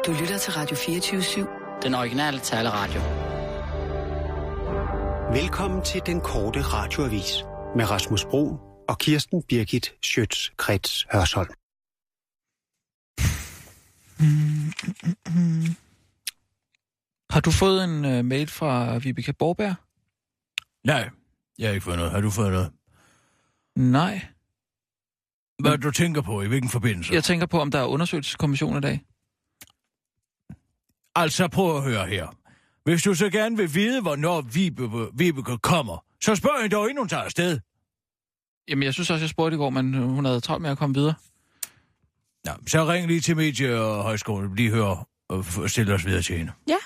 Du lytter til Radio 24/7. Den originale taleradio. Velkommen til den korte radioavis med Rasmus Bro og Kirsten Birgit Schøtz-Krets Hørsholm. Har du fået en mail fra Vibeke Borberg? Nej, jeg har ikke fået noget. Har du fået noget? Nej. Hvad du tænker på? I hvilken forbindelse? Jeg tænker på, om der er undersøgelseskommission i dag. Altså, prøv at høre her. Hvis du så gerne vil vide, hvornår Vibeke kommer, så spørg hende dog, inden hun tager afsted. Jamen, jeg synes også, jeg spurgte i går, men hun havde travlt med at komme videre. Nå, så ring lige til Medie- og Højskolen. Lige hør og stille os videre til hende. Ja.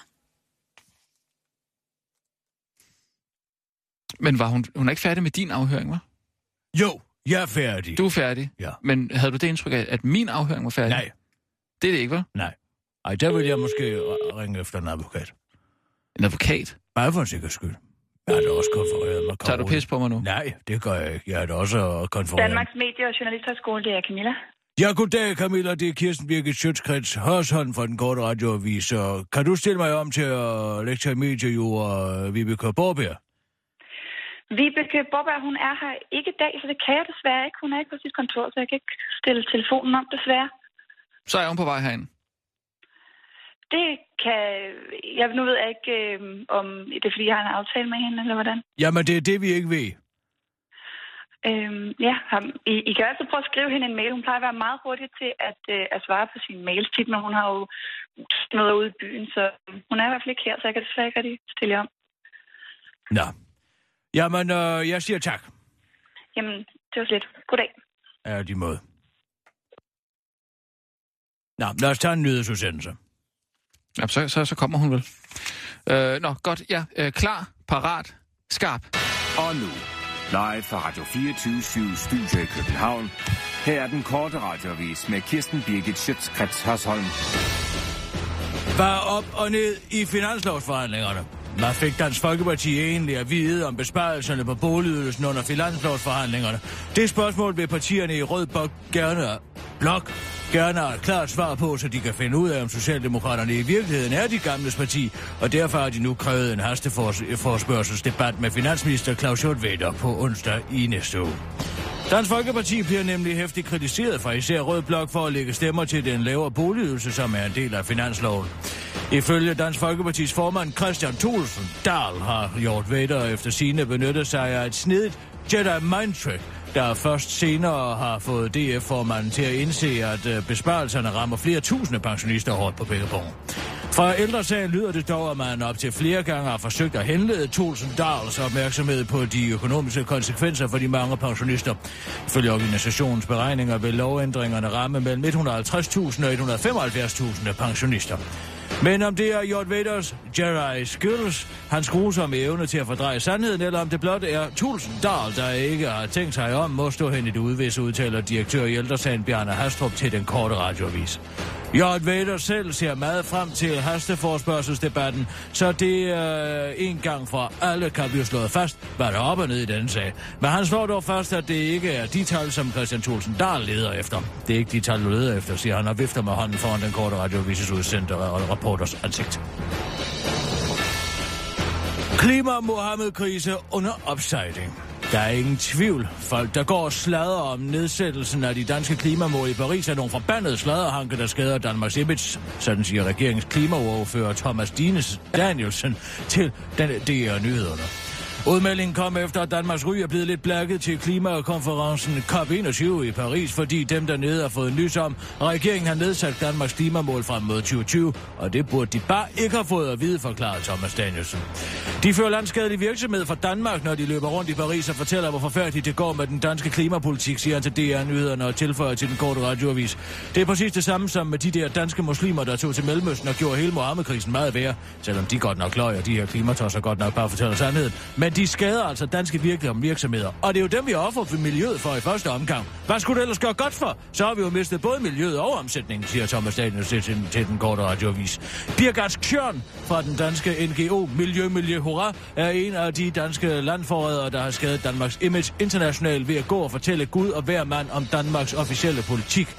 Men var hun er ikke færdig med din afhøring, hva'? Jo, jeg er færdig. Du er færdig? Ja. Men havde du det indtryk af, at min afhøring var færdig? Nej. Det er det ikke, hva'? Nej. Ej, der vil jeg måske ringe efter en advokat. En advokat? Bare for en sikkerheds skyld. Jeg har da også konfereret mig. Tager du pis på mig nu? Nej, det gør jeg ikke. Jeg har da også konfereret. Danmarks Medie- og Journalisterskole, det er Camilla. Ja, goddag Camilla. Det er Kirsten Birgit Schøtz-Krets Hørsholm fra den korte radioavis. Kan du stille mig om til at lektere i mediejord Vibeke Borberg? Vibeke Borberg, hun er her ikke i dag, så det kan jeg desværre ikke. Hun er ikke på sit kontor, så jeg kan ikke stille telefonen om, desværre. Så er hun på vej herind. Det kan... Nu ved jeg ikke, om det er, fordi jeg har en aftale med hende, eller hvordan. Jamen, det er det, vi ikke ved. I kan altså prøve at skrive hende en mail. Hun plejer at være meget hurtig til at svare på sine mails tit, men hun har jo noget ude i byen, så hun er i hvert fald ikke her, så jeg kan desværre ikke rigtig stille om. Nå. Jamen, jeg siger tak. Jamen, det var slet. Goddag. Ja, de måde. Nå, lad os tage en nyhedsudsendelse. Ja, så kommer hun vel. Godt. Ja, klar, parat, skarp. Og nu, live fra Radio 24/7 Studio i København. Her er den korte radioavis med Kirsten Birgit Schøtz-Krets Hørsholm. Bare op og ned i finanslovsforhandlingerne. Hvad fik Dansk Folkeparti egentlig at vide om besparelserne på boligydelsen under finanslovsforhandlingerne? Det spørgsmål vil partierne i Rød Blok gerne have et klart svar på, så de kan finde ud af, om Socialdemokraterne i virkeligheden er de gamles parti, og derfor har de nu krævet en hasteforspørgselsdebat med finansminister Claus Hjort Vedder på onsdag i næste uge. Dansk Folkeparti bliver nemlig heftigt kritiseret fra især Rød Blok for at lægge stemmer til den lavere boligydelse, som er en del af finansloven. Ifølge Dansk Folkepartis formand Christian Thulesen Dahl har Hjort Vedder efter sigende benyttet sig af et snedigt Jedi mind trick, der først senere har fået DF-formanden til at indse, at besparelserne rammer flere tusinde pensionister hårdt på begge punkter. Fra Ældresagen lyder det dog, at man op til flere gange har forsøgt at henlede Thulesen Dahls opmærksomhed på de økonomiske konsekvenser for de mange pensionister. Ifølge organisationens beregninger vil lovændringerne ramme mellem 150.000 og 175.000 pensionister. Men om det er Hjort Vedders Jedi skills, hans grusomme evne til at fordreje sandheden, eller om det blot er Thulesen Dahl, der ikke har tænkt sig om, må stå hen i det udvisse, udtaler direktør i Ældresagen Bjarne Hastrup til den korte radioavis. Hjort Vedder selv ser meget frem til hasteforspørgselsdebatten, så det en gang for alle kan blive slået fast, hvad der er op og ned i denne sag. Men han slår dog fast, at det ikke er de tal, som Christian Thulesen Dahl leder efter. Det er ikke de tal, du leder efter, siger han og vifter med hånden foran den korte radioavises udsendte og reporters ansigt. Klima-Mohammed-krise under opsejling. Der er ingen tvivl. Folk, der går og sladrer om nedsættelsen af de danske klimamål i Paris, er nogle forbandede sladderhanke, der skader Danmarks image. Sådan siger regeringens klimaordfører Thomas Danielsen til den DR Nyhederne. Udmeldingen kom efter, at Danmarks ry er blevet lidt blækket til klimakonferencen COP21 i Paris, fordi dem dernede har fået nys om, at regeringen har nedsat Danmarks klimamål frem mod 2020, og det burde de bare ikke have fået at vide, forklarer Thomas Danielsen. De fører landskadelig virksomhed fra Danmark, når de løber rundt i Paris og fortæller, hvor forfærdeligt det går med den danske klimapolitik, siger han til DR Nyhederne og tilføjer til den korte radioavis. Det er præcis det samme som med de der danske muslimer, der tog til Mellemøsten og gjorde hele Mohammed-krisen meget værre, selvom de godt nok løg, og de her klimatosser godt nok bare fortæller sandheden. Men de skader altså danske virksomheder, og det er jo dem, vi har offret for miljøet for i første omgang. Hvad skulle det ellers gøre godt for? Så har vi jo mistet både miljøet og omsætningen, siger Thomas Danielsen til den korte radioavis. Birgit Kjørn fra den danske NGO Miljø Hurra er en af de danske landforrædere, der har skadet Danmarks image internationalt ved at gå og fortælle Gud og hver mand om Danmarks officielle politik.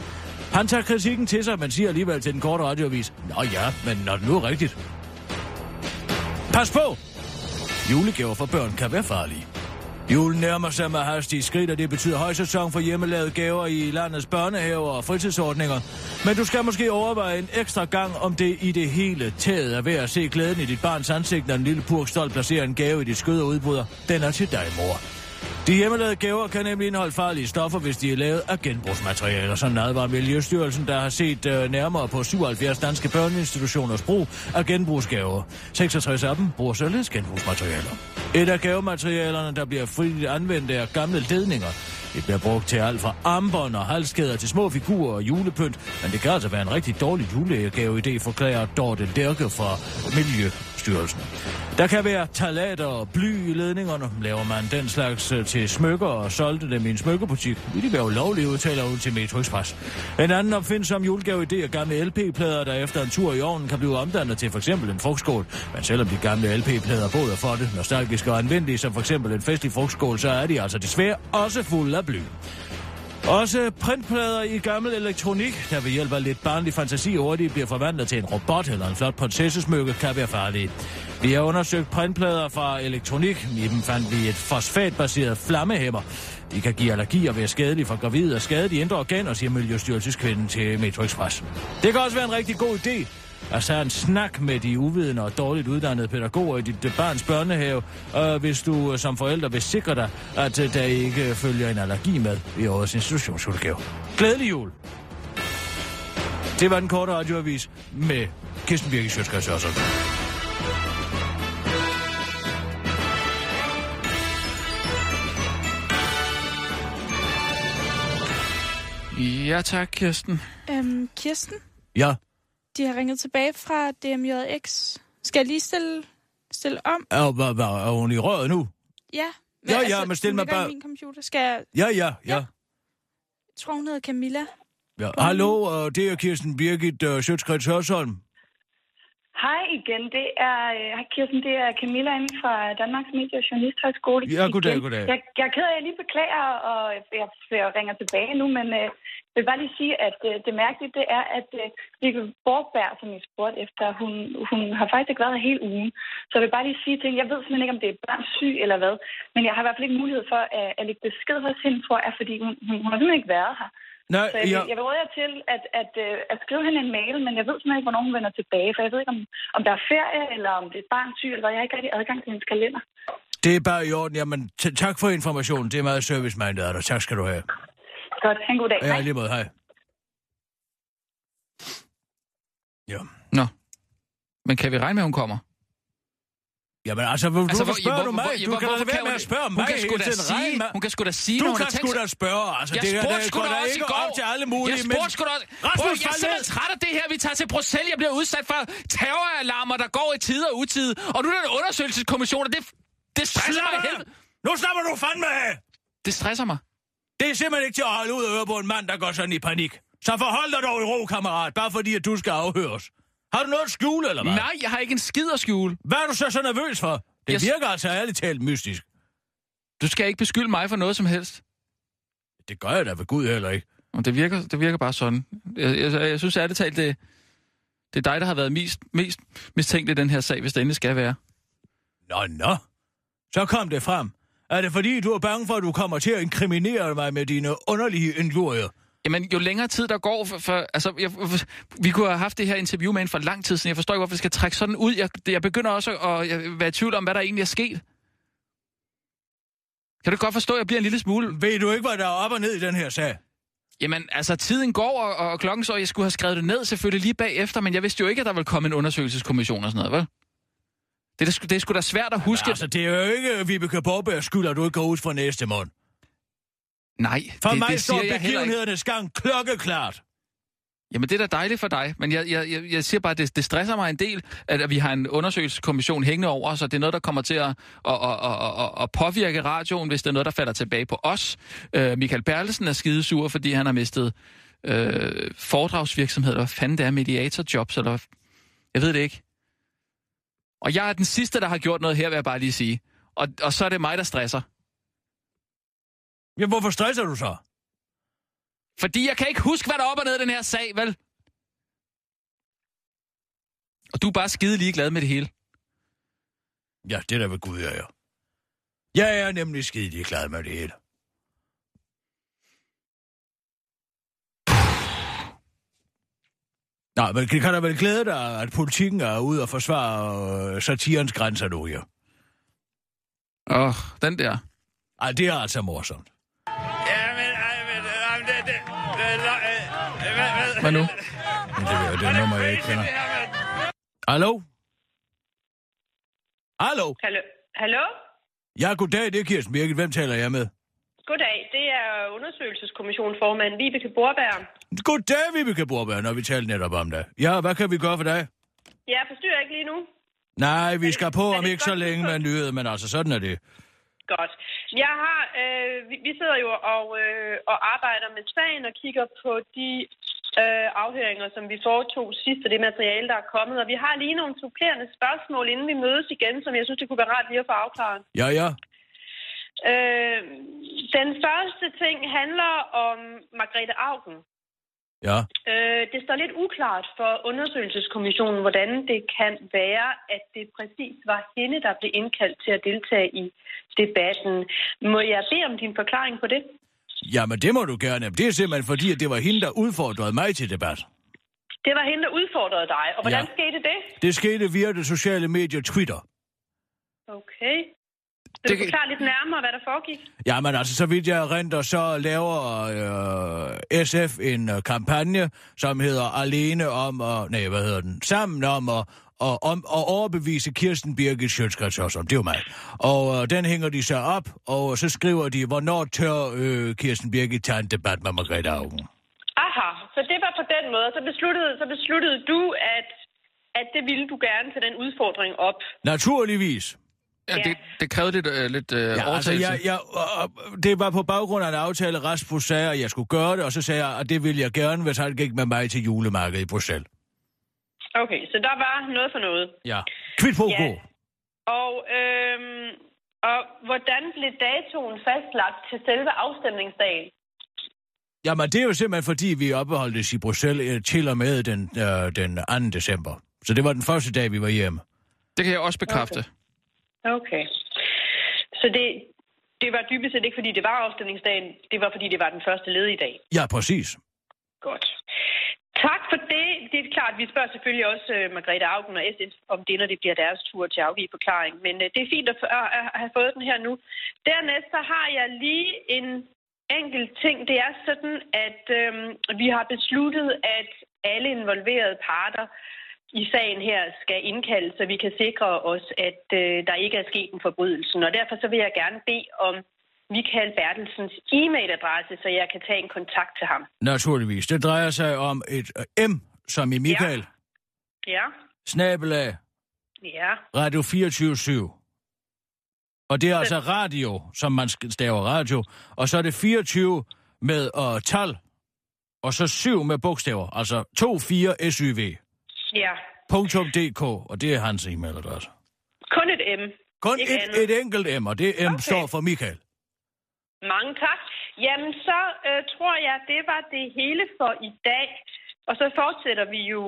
Han tager kritikken til sig, men siger alligevel til den korte radioavis: Nå ja, men når det nu er rigtigt. Pas på! Julegaver for børn kan være farlige. Julen nærmer sig med hastige skridt, og det betyder højsæson for hjemmelavede gaver i landets børnehaver og fritidsordninger. Men du skal måske overveje en ekstra gang, om det i det hele taget er værd at se glæden i dit barns ansigt, når en lille purk stolt placerer en gave i dit skød og udbryder. Den er til dig, mor. De hjemmelavede gaver kan nemlig indeholde farlige stoffer, hvis de er lavet af genbrugsmaterialer. Sådan advarer Miljøstyrelsen, der har set nærmere på 77 danske børneinstitutioners brug af genbrugsgaver. 66 af dem bruger således genbrugsmaterialer. Et af gavematerialerne, der bliver frit anvendt, er gamle ledninger. Det bliver brugt til alt fra armbånd og halskæder til små figurer og julepynt, men det kan altså være en rigtig dårlig julegave-idé, forklarer Dorte Lærke fra Miljøstyrelsen. Der kan være ftalater og bly i ledningerne. Laver man den slags til smykker og solgte dem i en smykkebutik, vil de være ulovlige, udtaler ud til Metro Express. En anden opfindsom julegave-idé er gamle LP-plader, der efter en tur i ovnen kan blive omdannet til f.eks. en frugtskål. Men selvom de gamle LP-plader både er for det, nostalgiske og anvendelige som f.eks. en festlig frugtskål, så er de altså desværre også fulde af bly. Også printplader i gammel elektronik, der ved hjælp af lidt barnlig fantasi hurtigt bliver forvandlet til en robot eller en flot prinsessesmykke, kan være farlige. Vi har undersøgt printplader fra elektronik. I dem fandt vi et fosfatbaseret flammehæmmer. De kan give allergi og være skadelige for gravide og skade de indre organer, siger Miljøstyrelseskvinden til Metro Express. Det kan også være en rigtig god idé at tage en snak med de uvidende og dårligt uddannede pædagoger i dit barns børnehave, hvis du som forælder vil sikre dig, at der ikke følger en allergi med i årets institutionsjulegave. Glædelig jul! Det var den korte radioavis med Kirsten Birgit Schøtz-Krets Hørsholm. Ja tak, Kirsten. Kirsten? Ja? De har ringet tilbage fra DMJX. Skal jeg lige stille om? Er hun i røret nu? Ja. Men stil mig bare... Min computer. Skal jeg... Ja. Jeg tror, hun hedder Camilla. Ja. Hallo, det er Kirsten Birgit Schøtz-Krets Hørsholm. Hej igen, det er Kirsten, det er Camilla inden fra Danmarks Medie- og Journalisthøjskole. Ja, goddag. Jeg er ked af, at jeg lige beklager, og jeg ringer tilbage nu, men jeg vil bare lige sige, at det mærkelige, det er, at Rikke Borgberg, som jeg spurgte efter, hun har faktisk ikke været her hele ugen. Så jeg vil bare lige sige til hende, jeg ved simpelthen ikke, om det er barns syg eller hvad, men jeg har i hvert fald ikke mulighed for at lægge besked hos hende, tror jeg, fordi hun har simpelthen ikke været her. Nej, så jeg vil råde jer til at skrive hende en mail, men jeg ved simpelthen ikke, hvornår hun vender tilbage, for jeg ved ikke, om der er ferie, eller om det er et barns syg, eller hvad. Jeg har ikke rigtig adgang til hendes kalender. Det er bare i orden. Jamen, tak for informationen. Det er meget service-minded af dig. Tak skal du have. Godt. Ha' en god dag. Ja, lige måde. Hej. Ja. Nå. Men kan vi regne med, at hun kommer? Jamen hvorfor spørger du mig? Du kan da være med at spørge mig hele tiden. Hun kan sgu da sige, du kan sgu da spørge. Altså, jeg spurgte sgu da også i går. Op til alle mulige jeg spurgte sgu da også. Jeg er simpelthen træt af det her. Vi tager til Bruxelles. Jeg bliver udsat for terroralarmer, der går i tide og utide. Og nu er der en undersøgelseskommission, og det stresser mig helt. Nu slapper du fandme af! Det stresser mig. Det er simpelthen ikke til at holde ud og høre på en mand, der går sådan i panik. Så forhold dig dog i ro, kammerat, bare fordi, at du skal afhøres. Har du noget at skjule, eller hvad? Nej, jeg har ikke en skid at skjule. Hvad er du så nervøs for? Det virker altså ærligt talt mystisk. Du skal ikke beskylde mig for noget som helst. Det gør jeg da ved Gud heller ikke. Det virker bare sådan. Jeg synes ærligt talt, det er dig, der har været mest mistænkt i den her sag, hvis det endelig skal være. Nå. Så kom det frem. Er det fordi, du er bange for, at du kommer til at inkriminere mig med dine underlige injurier? Jamen, jo længere tid der går, vi kunne have haft det her interview med hende for lang tid siden. Jeg forstår ikke, hvorfor vi skal trække sådan ud. Jeg begynder også at være i tvivl om, hvad der egentlig er sket. Kan du godt forstå, at jeg bliver en lille smule? Ved du ikke, hvad der er op og ned i den her sag? Jamen, altså, tiden går, og klokken så, jeg skulle have skrevet det ned selvfølgelig lige bagefter, men jeg vidste jo ikke, at der ville komme en undersøgelseskommission og sådan noget, vel? Det er sgu da svært at huske. Men altså, det er jo ikke Vibeke Borgbergs skyld, at du ikke går ud for næste måned. Nej, for mig står begivenhedernes gang klokkeklart. Jamen, det er da dejligt for dig, men jeg siger bare, at det stresser mig en del, at vi har en undersøgelseskommission hængende over os, og det er noget, der kommer til at påvirke radioen, hvis det er noget, der falder tilbage på os. Michael Bertelsen er skidesur, fordi han har mistet foredragsvirksomhed, eller hvad fanden det er, mediatorjobs, eller jeg ved det ikke. Og jeg er den sidste, der har gjort noget her, vil jeg bare lige sige. Og så er det mig, der stresser. Jamen, hvorfor stresser du så? Fordi jeg kan ikke huske, hvad der er op og ned i den her sag, vel? Og du er bare skide ligeglad med det hele. Ja, det er da ved Gud, jeg er. Jeg er nemlig skide ligeglad med det hele. Nå, men kan der vel glæde dig, at politikken er ude og forsvare satirens grænser nu, ja? Den der. Ej, det er altså morsomt. Hvad nu? Det er nummer, jeg ikke kender. Hallo? Hallo? Hallo? Ja, goddag, det er Kirsten Birgit. Hvem taler jeg med? Goddag, det er undersøgelseskommissionsformand Vibeke Borberg. Goddag, Vibeke Borberg, når vi taler netop om det. Ja, hvad kan vi gøre for dig? Jeg forstyrrer ikke lige nu. Nej, vi skal på om ikke så længe med nyheder, men altså sådan er det. Godt. Jeg har, vi sidder jo og arbejder med sagen og kigger på de afhøringer, som vi foretog sidst, og det materiale, der er kommet. Og vi har lige nogle supplerende spørgsmål, inden vi mødes igen, som jeg synes, det kunne være rart lige at få afklaret. Ja. Den første ting handler om Margrethe Auken. Ja. Det står lidt uklart for undersøgelseskommissionen, hvordan det kan være, at det præcis var hende, der blev indkaldt til at deltage i debatten. Må jeg bede om din forklaring på det? Jamen, det må du gerne. Det er simpelthen fordi, at det var hende, der udfordrede mig til debat. Det var hende, der udfordrede dig. Og hvordan skete det? Det skete via det sociale medie Twitter. Okay. Vil du forklare lidt nærmere, hvad der foregik? Jamen altså, så vidt jeg erindrer, så laver SF en kampagne, som hedder Alene om Sammen om at overbevise Kirsten Birgit Sjøtskreds Hørsholm. Det er jo mig. Og den hænger de så op, og så skriver de, hvornår tør Kirsten Birgit tage en debat med Margrethe Auken. Aha, så det var på den måde. Så besluttede du, at det ville du gerne tage den udfordring op. Naturligvis. Ja, det krævede lidt overtagelse. Altså, det var på baggrund af en aftale, Rasmus sagde, at jeg skulle gøre det, og så sagde jeg, at det ville jeg gerne, hvis han gik med mig til julemarkedet i Bruxelles. Okay, så der var noget for noget. Ja. Kvit på gå. Og hvordan blev datoen fastlagt til selve afstemningsdagen? Jamen, det er jo simpelthen, fordi vi opholdt i Bruxelles til og med den 2. december. Så det var den første dag, vi var hjemme. Det kan jeg også bekræfte. Okay. Så det var dybest set ikke, fordi det var afstemningsdagen. Det var, fordi det var den første ledige dag. Ja, præcis. Godt. Tak for det. Det er klart, vi spørger selvfølgelig også Margrethe Auken og SF om det, når det bliver deres tur til at afgive forklaring. Men det er fint at have fået den her nu. Dernæst så har jeg lige en enkelt ting. Det er sådan, at vi har besluttet, at alle involverede parter i sagen her skal indkaldes, så vi kan sikre os, at der ikke er sket en forbrydelse. Og derfor så vil jeg gerne bede om Michael Bertelsens e-mailadresse, så jeg kan tage en kontakt til ham. Naturligvis. Det drejer sig om et M, som i Michael. Ja. / Ja. Radio 24/7. Og det er altså radio, som man staver radio. Og så er det 24 med tal, og så 7 med bogstaver. Altså 24 SYV. Ja. .dk, og det er hans e-mailadresse. Kun et M. Kun et enkelt M, og det M står for Michael. Mange tak. Jamen, så tror jeg, det var det hele for i dag. Og så fortsætter vi jo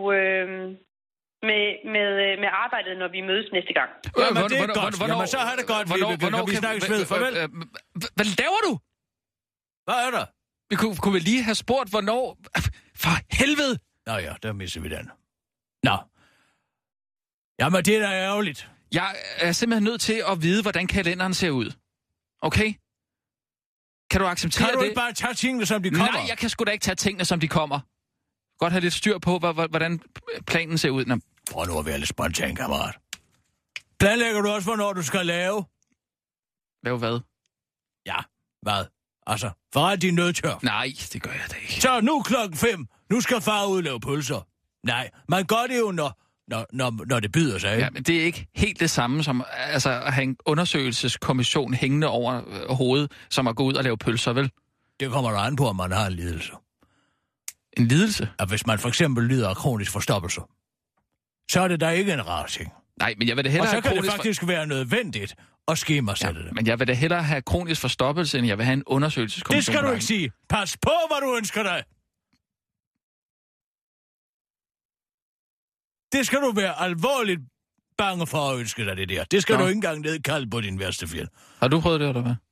med arbejdet, når vi mødes næste gang. Jamen, det er godt. Jamen, så har det godt. Hvornår kan vi snakkes ved? Farvel. Hvad laver du? Hvad er der? Vi kunne vel lige have spurgt, hvornår... For helvede! Nå ja, der misser vi den. Nå. Jamen, det er da ærgerligt. Jeg er simpelthen nødt til at vide, hvordan kalenderen ser ud. Okay? Kan du acceptere det? Kan du ikke bare tage tingene, som de kommer? Nej, jeg kan sgu da ikke tage tingene, som de kommer. Godt have lidt styr på, hvordan planen ser ud. Prøv nu at være lidt spontan, kammerat. Planlægger du også, hvornår du skal lave? Lave hvad? Ja, hvad? Altså, forret din nødtørf. Nej, det gør jeg da ikke. Så nu 5:00. Nu skal far ud lave pølser. Nej, man gør det jo, når det byder sig. Ja, men det er ikke helt det samme som at have en undersøgelseskommission hængende over hovedet, som at gå ud og lave pølser, vel? Det kommer der an på, om man har en lidelse. En lidelse? At hvis man for eksempel lider af kronisk forstoppelse, så er det da ikke en rar ting. Nej, men jeg vil da hellere og så have kan det kronisk faktisk være nødvendigt at skemassætte det. Men jeg vil da hellere have kronisk forstoppelse, end jeg vil have en undersøgelseskommission. Det skal du ikke sige. Pas på, hvad du ønsker dig. Det skal du være alvorligt bange for at ønske dig det der. Det skal du ikke engang nedkalde på din værste fjend. Har du prøvet det, eller hvad?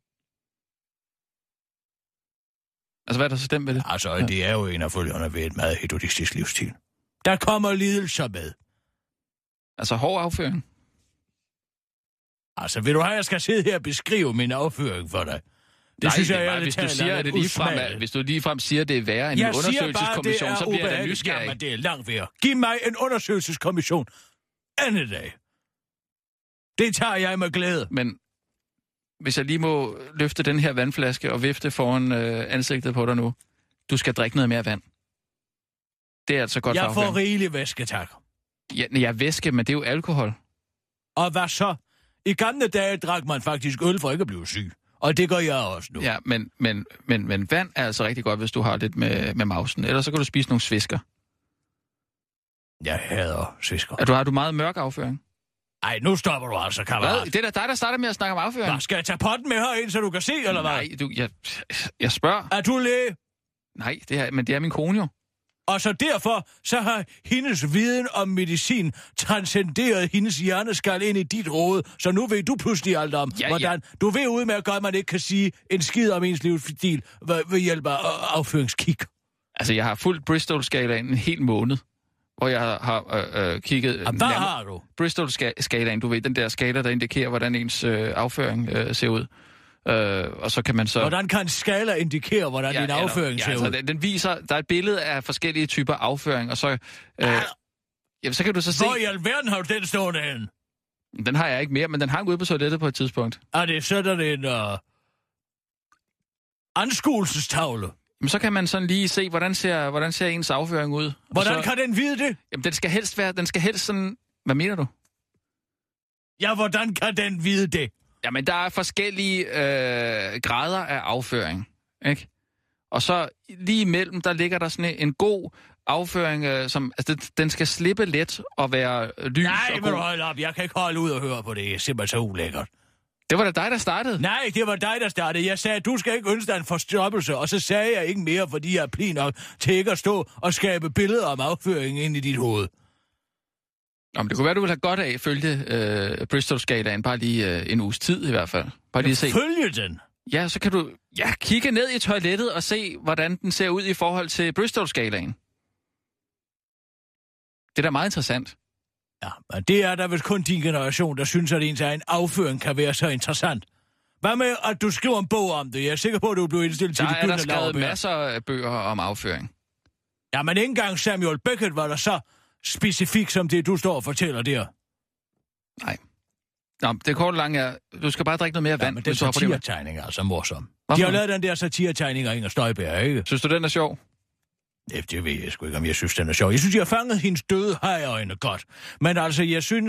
Altså, hvad er der så stemt med det? Altså, det er jo en af følgerne ved et meget hedonistisk livsstil. Der kommer lidelser med. Altså, hård afføring? Altså, vil du have, at jeg skal sidde her og beskrive min afføring for dig? Nej, synes jeg, hvis du siger, at det ligefrem, hvis du ligefrem siger, at det er værre end en undersøgelseskommission, så bliver jeg da nysgerrig. Jamen, det er langt værre. Giv mig en undersøgelseskommission. Anden dag. Det tager jeg med glæde. Men hvis jeg lige må løfte den her vandflaske og vifte foran ansigtet på dig nu. Du skal drikke noget mere vand. Det er altså godt for afføring. Jeg får rigelig væske, tak. Ja, væske, men det er jo alkohol. Og hvad så? I gamle dage drak man faktisk øl for ikke at blive syg. Og det gør jeg også nu. Ja, men vand er altså rigtig godt, hvis du har lidt med mausen. Ellers så kan du spise nogle svisker. Jeg hader svisker. Har du meget mørk afføring? Ej, nu stopper du altså, kammerat. Hvad? Det er da dig, der starter med at snakke om afføring. Hvad, skal jeg tage potten med herind, så du kan se, eller hvad? Nej, jeg spørger. Er du læge? Nej, men det er min kone jo. Og så derfor, så har hendes viden om medicin transcenderet hendes hjerneskal ind i dit hoved, så nu ved du pludselig alt om, hvordan... Du ved udmærket godt, at man ikke kan sige en skid om ens livsstil ved hjælp af afføringskig. Altså, jeg har fulgt Bristol-skalaen en hel måned, hvor jeg har kigget... Hvad har du? Bristol-skalaen, du ved, den der skala, der indikerer, hvordan ens afføring ser ud. Og så kan man så... Hvordan kan en skala indikere, hvordan din afføring ser ud? Altså, den viser, der er et billede af forskellige typer afføring, og så... jamen, så kan du så se... Hvor i alverden har du den stående hen? Den har jeg ikke mere, men den hang ude på toilettet på et tidspunkt. Er det sådan en anskuelsestavle? Men så kan man sådan lige se, hvordan ser ens afføring ud. Hvordan kan den vide det? Jamen, den skal helst sådan... Hvad mener du? Ja, hvordan kan den vide det? Jamen, der er forskellige grader af afføring, ikke? Og så lige imellem, der ligger der sådan en god afføring, som... Altså, den skal slippe let og være lys. Nej, og men hold op. Jeg kan ikke holde ud og høre på det. Det er simpelthen så ulækkert. Det var da dig, der startede. Nej, det var dig, der startede. Jeg sagde, du skal ikke ønske dig en forstoppelse, og så sagde jeg ikke mere, fordi jeg er pli nok til ikke at stå og skabe billeder om afføringen ind i dit hoved. Jamen, det kunne være, du ville have godt af at følge Bristol-skalaen, bare lige en uges tid i hvert fald. Bare lige se. Følge den? Ja, så kan du kigge ned i toilettet og se, hvordan den ser ud i forhold til Bristol-skalaen. Det er da meget interessant. Ja, men det er der vel kun din generation, der synes, at ens egen afføring kan være så interessant. Hvad med, at du skriver en bog om det? Jeg er sikker på, at du blev indstillet til det gyldne laurbær. Der er skrevet masser af bøger om afføring. Ja, men ikke engang Samuel Beckett var der så specifikt som det, du står og fortæller der. Nej. Nå, det korte lange er, du skal bare drikke noget mere vand. Men den satiretegning er altså morsom. Hvorfor? De har lavet den der satiretegning af Inger Støjberg, ikke? Synes du, den er sjov? Det ved jeg sgu ikke, om jeg synes, den er sjov. Jeg synes, jeg har fanget hendes døde hajeøjne godt. Men altså,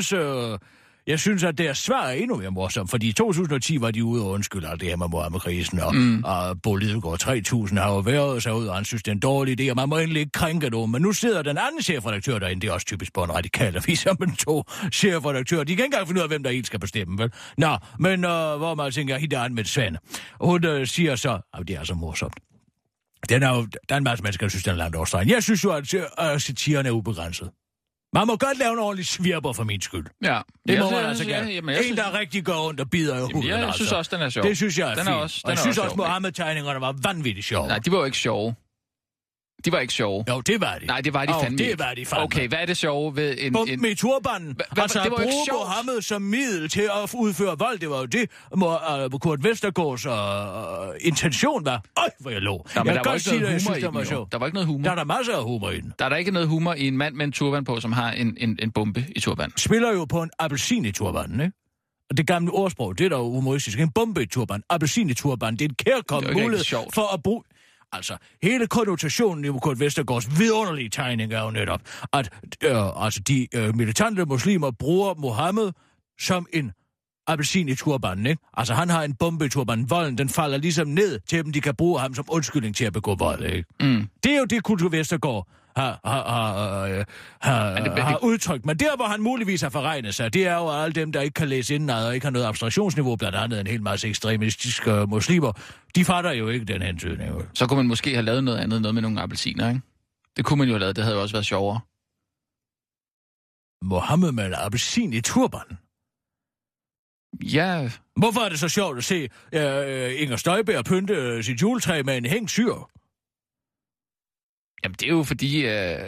jeg synes, at deres svar er endnu mere morsomt, fordi i 2010 var de ude og undskylde alt det her med Mohammed-krisen, og Bo Lidegaard 3000 har jo været sig ud, og han synes, det er en dårlig idé, og man må egentlig ikke krænke nogen. Men nu sidder den anden chefredaktør derinde, det er også typisk på en radikal avis, men 2 chefredaktører, de kan ikke engang finde ud af, hvem der helt skal bestemme, vel? Nå, men hvor man tænker, Hidan med Svend, hun siger så, det er altså morsomt. Der er en masse mennesker, der synes, den er langt overstregen. Jeg synes jo, at satiren er ubegrænset. Man må godt lave en ordentlig svirper for min skyld. Ja. Det må man altså gerne. En, der rigtig går ondt og bider i huden. Jeg synes også, den er sjov. Det synes jeg er fint. Og jeg synes også, Mohammed-tegningerne var vanvittigt sjove. Nej, de var jo ikke sjove. De var ikke sjove. Jo, det var de. Nej, det var de fandme. Det var de fandme. Okay, hvad er det sjove ved en... Bumpen i turbanen. Altså at bruge Mohammed som middel til at udføre vold, det var jo det, Kurt Vestergaards intention var. Hvor jeg lå. Jeg kan godt sige, at jeg synes, det var sjovt. Der var ikke noget humor. Der er der masser af humor i den. Der er der ikke noget humor i en mand med en turban på, som har en bombe i turbanen. Spiller jo på en appelsin i turbanen, ikke? Og det gamle ordsprog, det er da jo humoristisk. En bombe i turban, appelsin i turban, det er en kærkommen mulighed for at bruge... Altså, hele konnotationen i Kurt Vestergaards vidunderlige tegning er jo netop, at de militante muslimer bruger Mohammed som en appelsin i turbanen, ikke? Altså, han har en bombe i turbanen. Volden, den falder ligesom ned til dem, de kan bruge ham som undskyldning til at begå vold, ikke? Det er jo det, Kurt Vestergaard har udtryk, men der, hvor han muligvis har forregnet sig, det er jo alle dem, der ikke kan læse indenad og ikke har noget abstraktionsniveau, blandt andet en hel masse ekstremistiske muslimer. De fatter jo ikke den hentydning. Så kunne man måske have lavet noget andet, noget med nogle appelsiner, ikke? Det kunne man jo have lavet, det havde jo også været sjovere. Mohammed med en appelsin i turban? Ja. Hvorfor er det så sjovt at se Inger Støjberg pynte sit juletræ med en hængt syr? Jamen, det er jo fordi,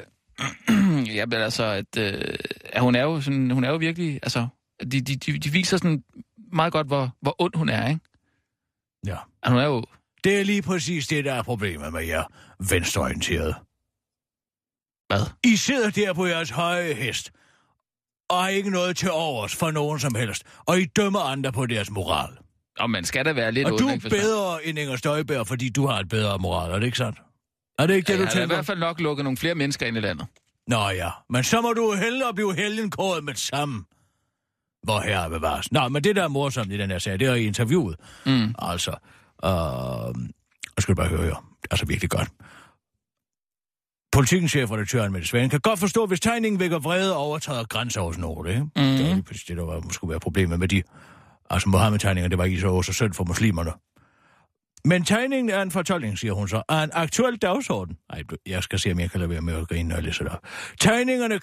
at hun er jo virkelig, altså, de viser sådan meget godt, hvor ond hun er, ikke? Ja. At hun er jo... Det er lige præcis det, der er problemet med jer venstreorienterede. Hvad? I sidder der på jeres høje hest, og har ikke noget til overs for nogen som helst, og I dømmer andre på deres moral. Og man skal da være lidt ond, ikke? Og du er bedre end Inger Støjberg, fordi du har et bedre moral, er det ikke sandt? Er det ikke det, du tænker? Jeg har i hvert fald nok lukket nogle flere mennesker ind i landet. Nå ja, men så må du hellere blive helgenkåret med det samme. Hvor herre bevares. Nå, men det der er morsomt i den her sag, det er i interviewet. Altså, jeg skal bare høre jer. Altså virkelig godt. Politikens chefredaktøren Mette Svane kan godt forstå, hvis tegningen vækker vrede og overtræder grænser hos noget, ikke? Det er præcis det, der skulle være problemet med de... Altså Mohammed-tegninger, det var ikke så synd for muslimerne. Men tegningen er en fortolkning, siger hun så, af en aktuel dagsorden. Ej, jeg skal se, om jeg kan lade være med at grine, når jeg læser det op. Tegnerne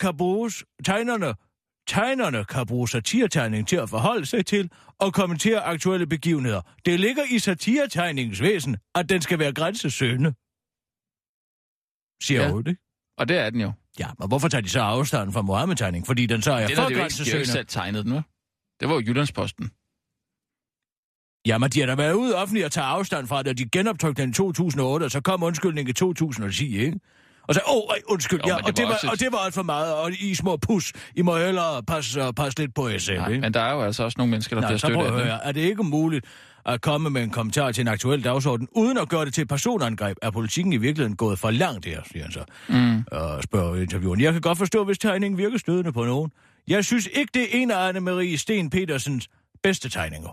kan bruge satiretegning til at forholde sig til og kommentere aktuelle begivenheder. Det ligger i satiretegningens væsen, at den skal være grænsesøgende. Siger hun det? Og det er den jo. Ja, men hvorfor tager de så afstanden fra Mohammed-tegning? Fordi den så er for grænsesøgende. Det er jo ikke selv tegnet den, det var jo Jyllandsposten. Jamen, de har da været ude offentligt og tage afstand fra det, og de genoptrykte den i 2008, og så kom undskyldningen i 2010, ikke? Og så, undskyld, ja, og det var alt for meget, og I små pus, I må hellere passe lidt på jer selv, ikke? Men der er jo altså også nogle mennesker, der bliver støttet af det. Er det ikke muligt at komme med en kommentar til en aktuel dagsorden, uden at gøre det til et personangreb? Er politikken i virkeligheden gået for langt her, siger han så, spørger intervieweren. Jeg kan godt forstå, hvis tegningen virker stødende på nogen. Jeg synes ikke, det er en af Anne-Marie Sten Petersens bedste tegninger.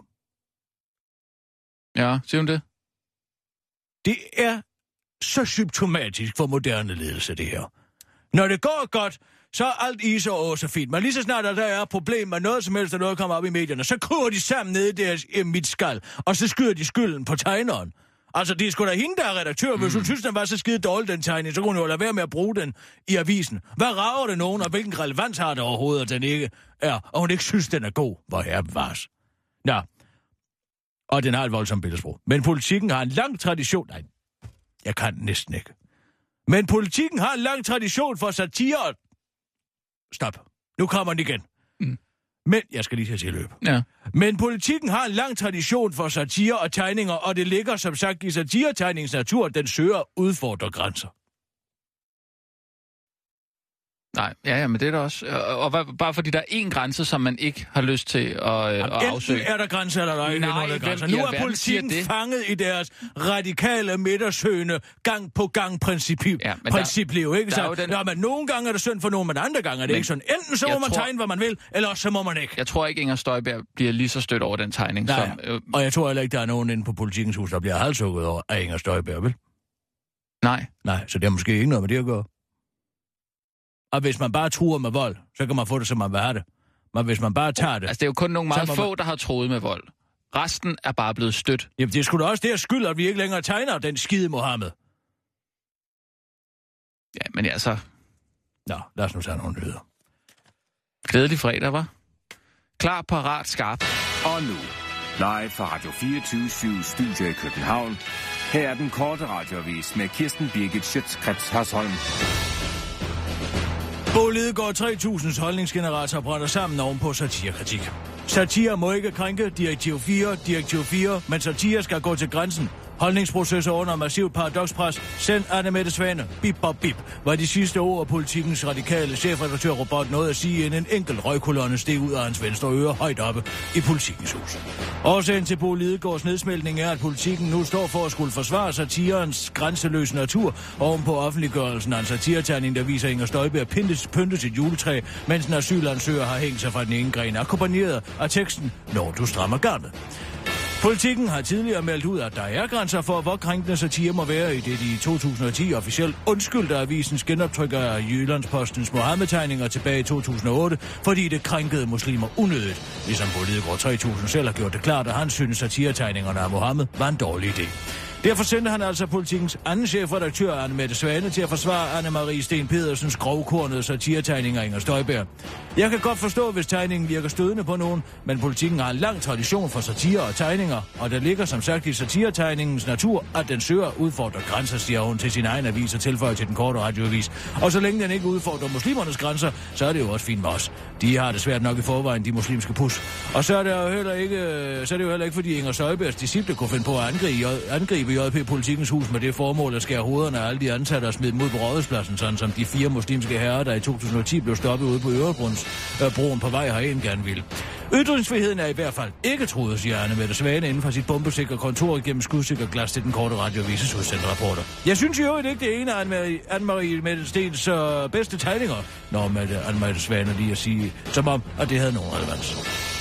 Ja, siger hun det? Det er så symptomatisk for moderne ledelse, det her. Når det går godt, så er alt is og så fint. Men lige så snart, der er et problem med noget som helst, der noget kommer op i medierne, så kryber de sammen nede i deres midtskal, og så skyder de skylden på tegneren. Altså, det er sgu da hende, der er redaktør. Hvis hun synes, den var så skide dårlig, den tegning, så kunne hun jo lade være med at bruge den i avisen. Hvad rager det nogen, og hvilken relevans har det overhovedet, at den ikke er, og hun ikke synes, den er god? Hvor herre bevares. Nå. Og den har et voldsomt billedsprog. Men politikken har en lang tradition... Nej, jeg kan næsten ikke. Men politikken har en lang tradition for satire... Stop. Nu kommer den igen. Men... Jeg skal lige til at løbe. Ja. Men politikken har en lang tradition for satire og tegninger, og det ligger som sagt i satiretegningens natur, den søger udfordre grænser. Nej, ja, men det er der også. Og bare fordi der er én grænse, som man ikke har lyst til at afsøge. Enten er der grænser, eller der er ikke nogen grænser. Nu er politikken fanget i deres radikale midtersøgende gang på gang principliv, ikke så? Nå, men nogle gange er det synd for nogen, men andre gange er det ikke sådan. Enten så må man tegne, hvad man vil, eller så må man ikke. Jeg tror ikke, Inger Støjberg bliver lige så stødt over den tegning. Nej, som, og jeg tror heller ikke, der er nogen inde på Politikens Hus, der bliver halshugget over af Inger Støjberg, vel? Nej, så det er måske ikke noget med det at gøre. Og hvis man bare truer med vold, så kan man få det, som man vil have det. Men hvis man bare tager det... Altså, det er jo kun nogle meget få, der har troet med vold. Resten er bare blevet stødt. Jamen, det er sgu da også deres skyld, at vi ikke længere tegner den skide Mohammed. Ja, men altså... Nå, lad os nu tage nogle nyheder. Glædelig fredag, hva'? Klar, parat, skarp. Og nu, live fra Radio 24/7 Studio i København. Her er den korte radioavis med Kirsten Birgit Schøtz-Krets Hasholm. Bo Lidegaard 3000's holdningsgenerator brænder sammen ovenpå satirekritik. Satire må ikke krænke direktiv 4, men satire skal gå til grænsen. Holdningsprocesser under massivt paradoxpres. Send Anne-Mette Svane. Bip, bop, bip. Var de sidste ord af Politikens radikale chefredaktør Robert noget at sige, inden en enkelt røgkolonne steg ud af hans venstre øre højt oppe i Politikens Hus. Årsagen til Bo Lidegaards nedsmeltning er, at Politikken nu står for at skulle forsvare satirens grænseløse natur ovenpå offentliggørelsen af en satiretegning, der viser Inger Støjberg pynte sit juletræ, mens en asylansøger har hængt sig fra den ene gren, akkompagneret af teksten, når du strammer garnet. Politikken har tidligere meldt ud, at der er grænser for, hvor krænkende satire må være, i det de i 2010 officielt undskyldte avisens genoptryk af Jyllandspostens Mohammed-tegninger tilbage i 2008, fordi det krænkede muslimer unødigt. Ligesom Politiker 3000 selv har gjort det klart, at han synes satiretegningerne af Mohammed var en dårlig idé. Derfor sendte han altså Politikens anden chefredaktør, Anne-Mette Svane, til at forsvare Anne-Marie Sten Pedersens grovkornede satiretegninger af Inger Støjberg. Jeg kan godt forstå, hvis tegningen virker stødende på nogen, men Politikken har en lang tradition for satire og tegninger, og der ligger som sagt i satiretegningens natur, at den søger udfordrer grænser, siger hun til sin egen avis og tilføjer til den korte radioavis. Og så længe den ikke udfordrer muslimernes grænser, så er det jo også fint med os. De har det svært nok i forvejen, de muslimske pus. Og så er det jo heller ikke, fordi Inger Støjbergs disciple kunne finde på at angribe JP Politikens hus med det formål at skære hovederne af alle de ansatte og smide dem ud på Rådhuspladsen, sådan som de 4 muslimske herrer, der i 2010 blev stoppet ude på Ørebrundsbroen på vej herind gerne ville. Ytringsfriheden er i hvert fald ikke truet, siger Anne-Mette Svane inden for sit bombesikre kontor gennem skudsikker glas til den korte radioavises udsendte rapporter. Jeg synes jo ikke, det ene af Anne-Marie Mette Stens bedste tegninger, når Anne-Mette Svane lige at sige, som om, at det havde nogen relevans.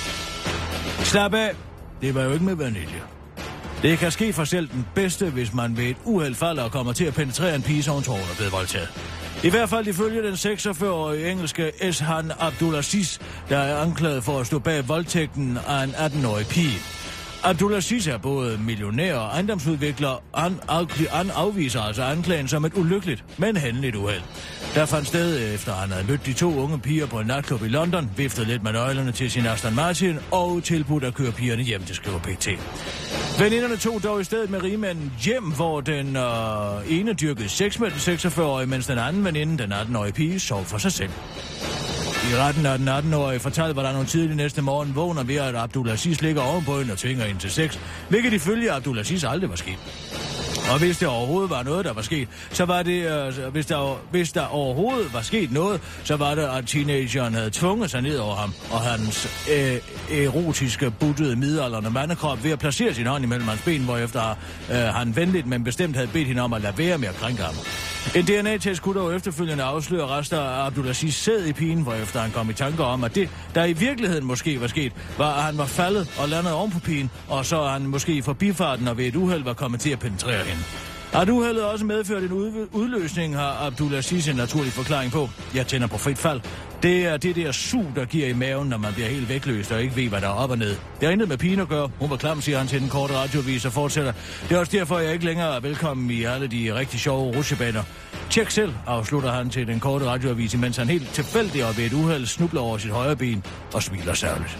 Slap af. Det var jo ikke med vanilje. Det kan ske for selv den bedste, hvis man ved et uheld falder og kommer til at penetrere en pige, så hun tror, hun er blevet voldtaget. I hvert fald ifølge den 46-årige engelske Eshan Abdulaziz, der er anklaget for at stå bag voldtægten af en 18-årig pige. Abdulaziz er både millionær og ejendomsudvikler. Han afviser altså anklagen som et ulykkeligt, men hændeligt uheld. Der fandt sted efter han havde mødt de 2 unge piger på en natklub i London, viftet lidt med nøglerne til sin Aston Martin og tilbudt at køre pigerne hjem, det skriver PT. Veninderne tog dog i stedet med rigmanden hjem, hvor den ene dyrkede sex med den 46-årige, mens den anden veninde, den 18-årige pige, sov for sig selv. I retten af den 18-årige fortalte, hvordan hun tidlig næste morgen vågner ved, at Abdulaziz ligger ovenpå hende og tvinger hende til sex, hvilket ifølge Abdulaziz aldrig var sket. Og hvis det overhovedet var noget, der var sket, så var det, hvis der overhovedet var sket noget, så var det, at teenageren havde tvunget sig ned over ham, og hans erotiske, buttede, midaldrende mandekrop ved at placere sin hånd imellem hans ben, hvorefter han venligt, men bestemt havde bedt hende om at lade være med at krænke ham. En DNA-test kunne dog efterfølgende afsløre rester af Abdulaziz sæd i pigen, hvorefter han kom i tanker om, at det, der i virkeligheden måske var sket, var, at han var faldet og landet oven på pigen, og så han måske i forbifarten og ved et uheld var kommet til at penetrere hende. At uheldet også medført en udløsning, har Abdulaziz en naturlig forklaring på. Jeg tænder på frit fald. Det er det der sug, der giver i maven, når man bliver helt vækløst og ikke ved, hvad der er op og ned. Det har intet med pigen at gøre. Hun var klam, siger han til den korte radioavis og fortsætter. Det er også derfor, jeg ikke længere er velkommen i alle de rigtig sjove rutsjebaner. Tjek selv, afslutter han til den korte radioavis, mens han helt tilfældigt og ved et uheld snubler over sit højre ben og smiler særligt.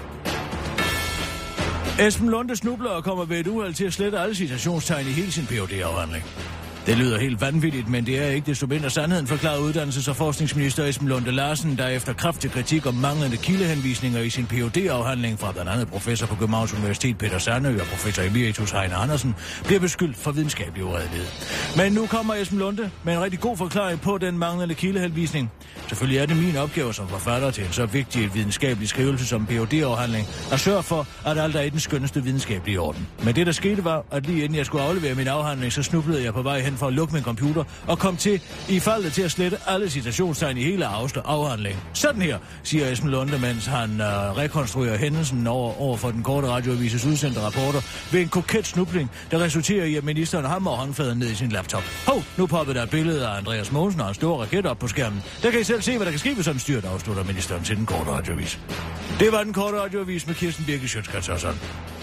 Esben Lunde snubler og kommer ved et uheld til at slette alle citationstegn i hele sin Ph.D.-afhandling. Det lyder helt vanvittigt, men det er ikke desto mindre sandheden, forklarer uddannelses- og forskningsminister Esben Lunde Larsen, der efter kraftig kritik om manglende kildehenvisninger i sin Ph.D.-afhandling fra blandt andet professor på Københavns Universitet Peter Sandø og professor emeritus Heine Andersen, bliver beskyldt for videnskabelig uredelighed. Men nu kommer Esben Lunde med en rigtig god forklaring på den manglende kildehenvisning. Selvfølgelig er det min opgave som forfatter til en så vigtig videnskabelig skrivelse som Ph.D.-afhandling at sørge for, at alt er i den skønneste videnskabelige orden. Men det, der skete, var, at lige inden jeg skulle aflevere min afhandling, så snublede jeg på vej hen for at lukke min computer og kom til i faldet til at slette alle citationstegn i hele afhandlingen. Sådan her, siger Esben Lunde, mens han rekonstruerer hændelsen over for den korte radioavises udsendte rapporter ved en koket snubling, der resulterer i, at ministeren hammer håndfladen ned i sin laptop. Hov, nu poppede der et billede af Andreas Mogensen og en stor raket op på skærmen. Der kan I selv se, hvad der kan ske ved sådan en styrt, afslutter ministeren til den korte radioavis. Det var den korte radioavis med Kirsten Birgit Schøtz-Krets Hørsholm.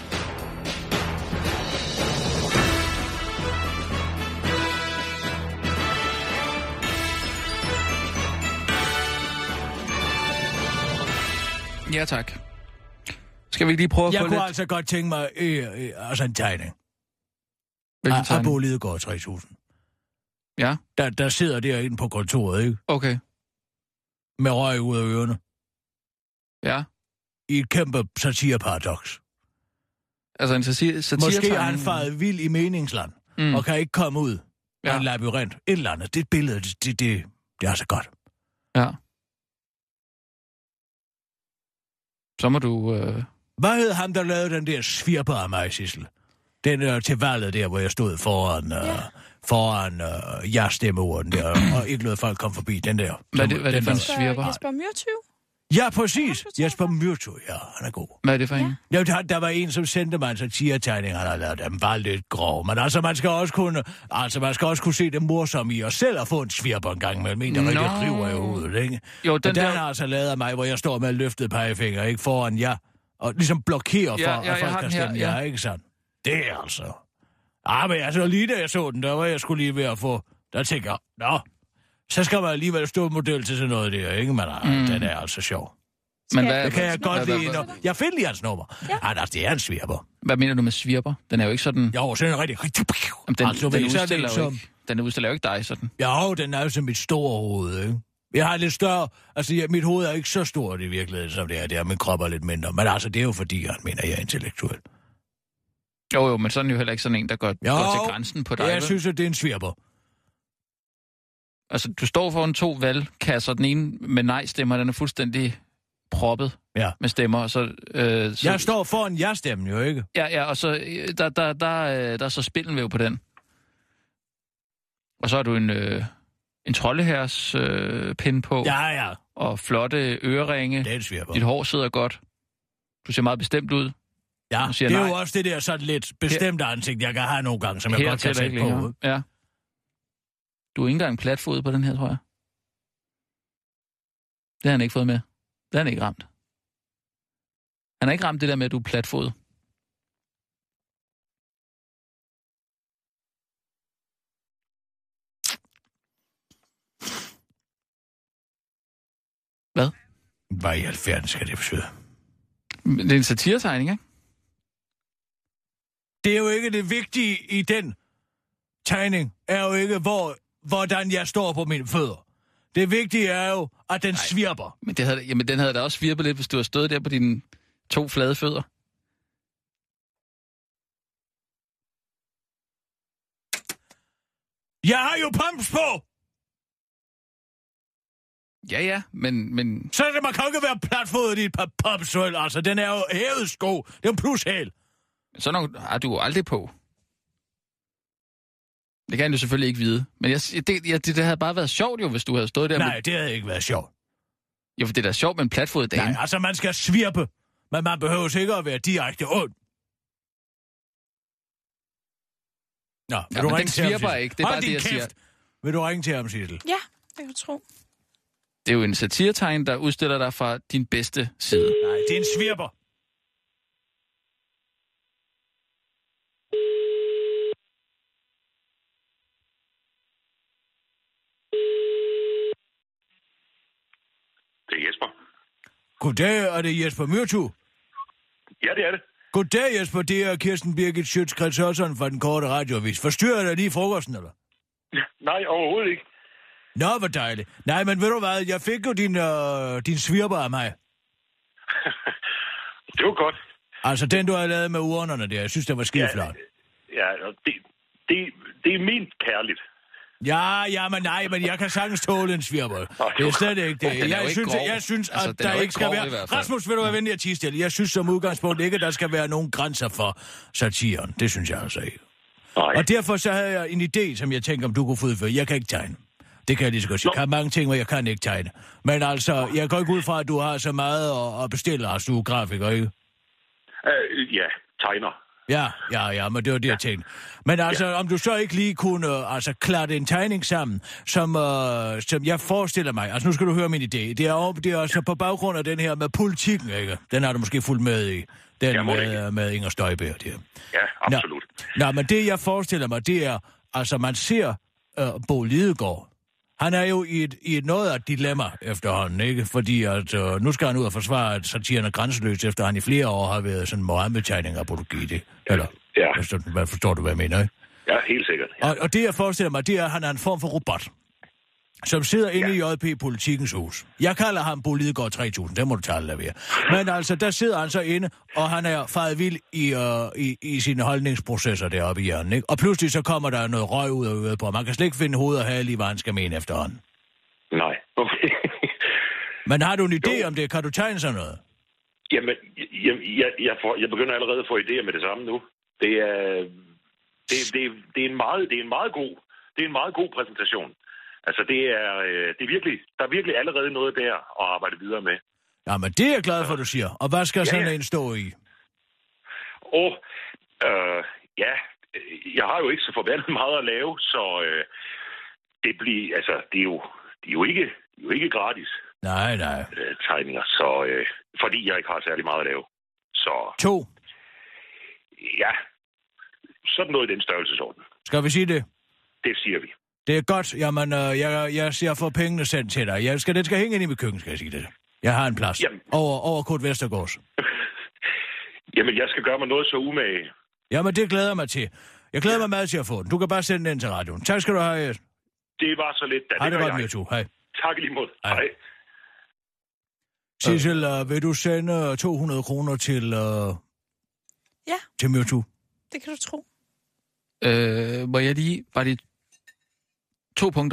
Ja, tak. Skal vi lige prøve at få lidt... Jeg kunne altså godt tænke mig altså en tegning. Hvilken tegning? Af Bo Lidegaard 3000. Ja? Der sidder derinde på kontoret, ikke? Okay. Med røg ud af ørerne. Ja. I et kæmpe satireparadoks. Altså en satiretegning... Måske er han faret vild i meningsland, og kan ikke komme ud af en labyrint. Et eller andet. Det billede, det er så godt. Ja. Så må du... Hvad hed ham, der lavede den der svirper af mig, Sissel? Den der til valget der, hvor jeg stod foran ja-stemmeorden der, og ikke lød folk komme forbi. Den der. Hvad er det for en svirper? Jesper Myrtyv? Ja, præcis. Jesper Myrto, ja, han er god. Hvad er det for en? Ja, der var en, som sendte mig en satiretegning, han har lavet dem bare lidt grov. Men altså, man skal også kunne se det morsomme i os selv at få en svirper en gang mellem en, der rigtig river i hovedet, ikke? Jo, den der har altså lavet af mig, hvor jeg står med løftet pegefinger, ikke foran jer, og ligesom blokerer for, at folk kan stemme ja, ikke sandt? Det er altså... men altså, lige da jeg så den, der var jeg skulle lige ved at få... Der tænker jeg, så skal man alligevel stå model til sådan noget der, ikke? Men den er altså sjov. Men hvad, det kan jeg godt lide. Jeg finder lige hans nummer. Ja. Det er en svirper. Hvad mener du med svirper? Den er jo ikke sådan... Jo, så er den rigtig... Den udstiller jo ikke dig sådan. Jo, den er jo som mit store hoved, ikke? Jeg har lidt større... Altså, mit hoved er ikke så stort i virkeligheden, som det er der. Min krop er lidt mindre. Men altså, det er jo fordi, jeg mener, jeg er intellektuel. Jo, men sådan er jo heller ikke sådan en, der går til grænsen på dig. Jeg synes, at det er en svirper. Altså, du står foran 2 valgkasser. Den ene med nej-stemmer, den er fuldstændig proppet med stemmer. Så, jeg står foran ja-stemmen jo, ikke? Ja, og så der er så spindelvæv på den. Og så har du en troldeherres pind på. Ja. Og flotte øreringe. Det er en svirper. Dit hår sidder godt. Du ser meget bestemt ud. Ja, det er jo også det der sådan lidt bestemte ansigt, jeg kan have nogle gange, som jeg godt kan sætte på. Ja. Du er ikke engang platfod på den her, tror jeg. Det har han ikke fået med. Det har han ikke ramt. Han har ikke ramt det der med, at du er platfod. Hvad? Hvad i alverden skal det betyde? Det er en satiretegning, ikke? Det er jo ikke det vigtige i den tegning, er jo ikke, hvordan jeg står på mine fødder. Det vigtige er jo, at den svirper. Men den havde da også svirpet lidt, hvis du havde stået der på dine 2 flade fødder. Jeg har jo pumps på! Ja, men... Så man kan ikke være platfodet i et par pumps, altså. Den er jo hævet sko. Det er jo plushæl. Sådan nogle har du jo aldrig på. Det kan du selvfølgelig ikke vide. Men det havde bare været sjovt jo, hvis du havde stået der. Nej, det havde ikke været sjovt. Jo, for det er da sjovt med en platfodet dame. Nej, altså man skal svirpe. Men man behøver sikkert at være direkte ond. Nå, men den svirper ikke. Det er bare det, jeg siger. Vil du ringe til ham, Sissel? Ja, det kan jeg tro. Det er jo en satiretegn, der udstiller dig fra din bedste side. Nej, det er en svirper. Det er Jesper. Goddag, er det Jesper Myrto? Ja, det er det. Goddag, Jesper. Det er Kirsten Birgit Schøtz-Krets Hørsholm fra den korte radioavis. Forstyrrer dig lige frokosten, eller? Nej, overhovedet ikke. Nå, hvor dejligt. Nej, men ved du hvad? Jeg fik jo din svirper af mig. Det var godt. Altså, den du har lavet med urnerne der. Jeg synes, det var skideflot. Ja, det er ment kærligt. Ja, men jeg kan sagtens tåle en svirper. Det er slet ikke det. Jeg synes, at der ikke skal være... Rasmus, vil du være venlig at tie stille? Jeg synes som udgangspunkt ikke, at der skal være nogen grænser for satiren. Det synes jeg altså ikke. Nej. Og derfor så havde jeg en idé, som jeg tænker, om du kunne fuldføre. Jeg kan ikke tegne. Det kan jeg lige så godt sige. Jeg kan mange ting, hvor jeg kan ikke tegne. Men altså, jeg går ikke ud fra, at du har så meget at bestille, altså du er grafiker, ikke? Ja, tegner. Ja, men det var det, jeg tænkte. Men altså, om du så ikke lige kunne klare en tegning sammen, som jeg forestiller mig. Altså, nu skal du høre min idé. Det er altså på baggrund af den her med politikken, ikke? Den har du måske fulgt med i. Den med Inger Støjberg, der. Ja, absolut. Nå, men det, jeg forestiller mig, det er, altså, man ser Bo Lidegaard. Han er jo i et noget af et dilemma efterhånden, ikke? Fordi at, nu skal han ud og forsvare, at satiren er grænseløs, efter han i flere år har været sådan Mohammed-tegning af apologi, eller? Ja. Forstår du, hvad jeg mener, ikke? Ja, helt sikkert. Ja. Og det, jeg forestiller mig, det er, at han er en form for robot, som sidder inde i JP-politikens hus. Jeg kalder ham Bo Lidegaard 3000, det må du tage lade være. Men altså, der sidder han så inde, og han er faret vild i sine holdningsprocesser deroppe i hjernen, ikke? Og pludselig så kommer der noget røg ud af øret på. Man kan slet ikke finde hoved og hale i, hvad han skal mene efterhånden. Nej, okay. Men har du en idé om det? Kan du tegne sådan noget? Jamen, jeg begynder allerede at få idéer med det samme nu. Det er en meget god præsentation. Altså, det er virkelig, der er virkelig allerede noget der at arbejde videre med. Jamen, det er jeg glad for, du siger. Og hvad skal sådan en stå i? Jeg har jo ikke så forbandet meget at lave, så det bliver, altså, det er jo ikke gratis. Nej. Tegninger, så fordi jeg ikke har særlig meget at lave. Så 2. Ja, sådan noget i den størrelsesorden. Skal vi sige det? Det siger vi. Det er godt. Jamen, jeg får pengene sendt til dig. Den skal hænge ind i mit køkken, skal jeg sige det. Jeg har en plads. Jamen. Over Kurt Vestergaards. Jamen, jeg skal gøre mig noget så umage. Jamen, det glæder jeg mig til. Jeg glæder mig meget til at få den. Du kan bare sende den ind til radioen. Tak skal du have, Jes. Det var så lidt, da. Hej, det var Myrto. Hej. Tak lige mod. Hej. Sissel, vil du sende 200 kroner til... Ja. Til Myrto? Det kan du tro. Må jeg lige... Var det 2 punkter?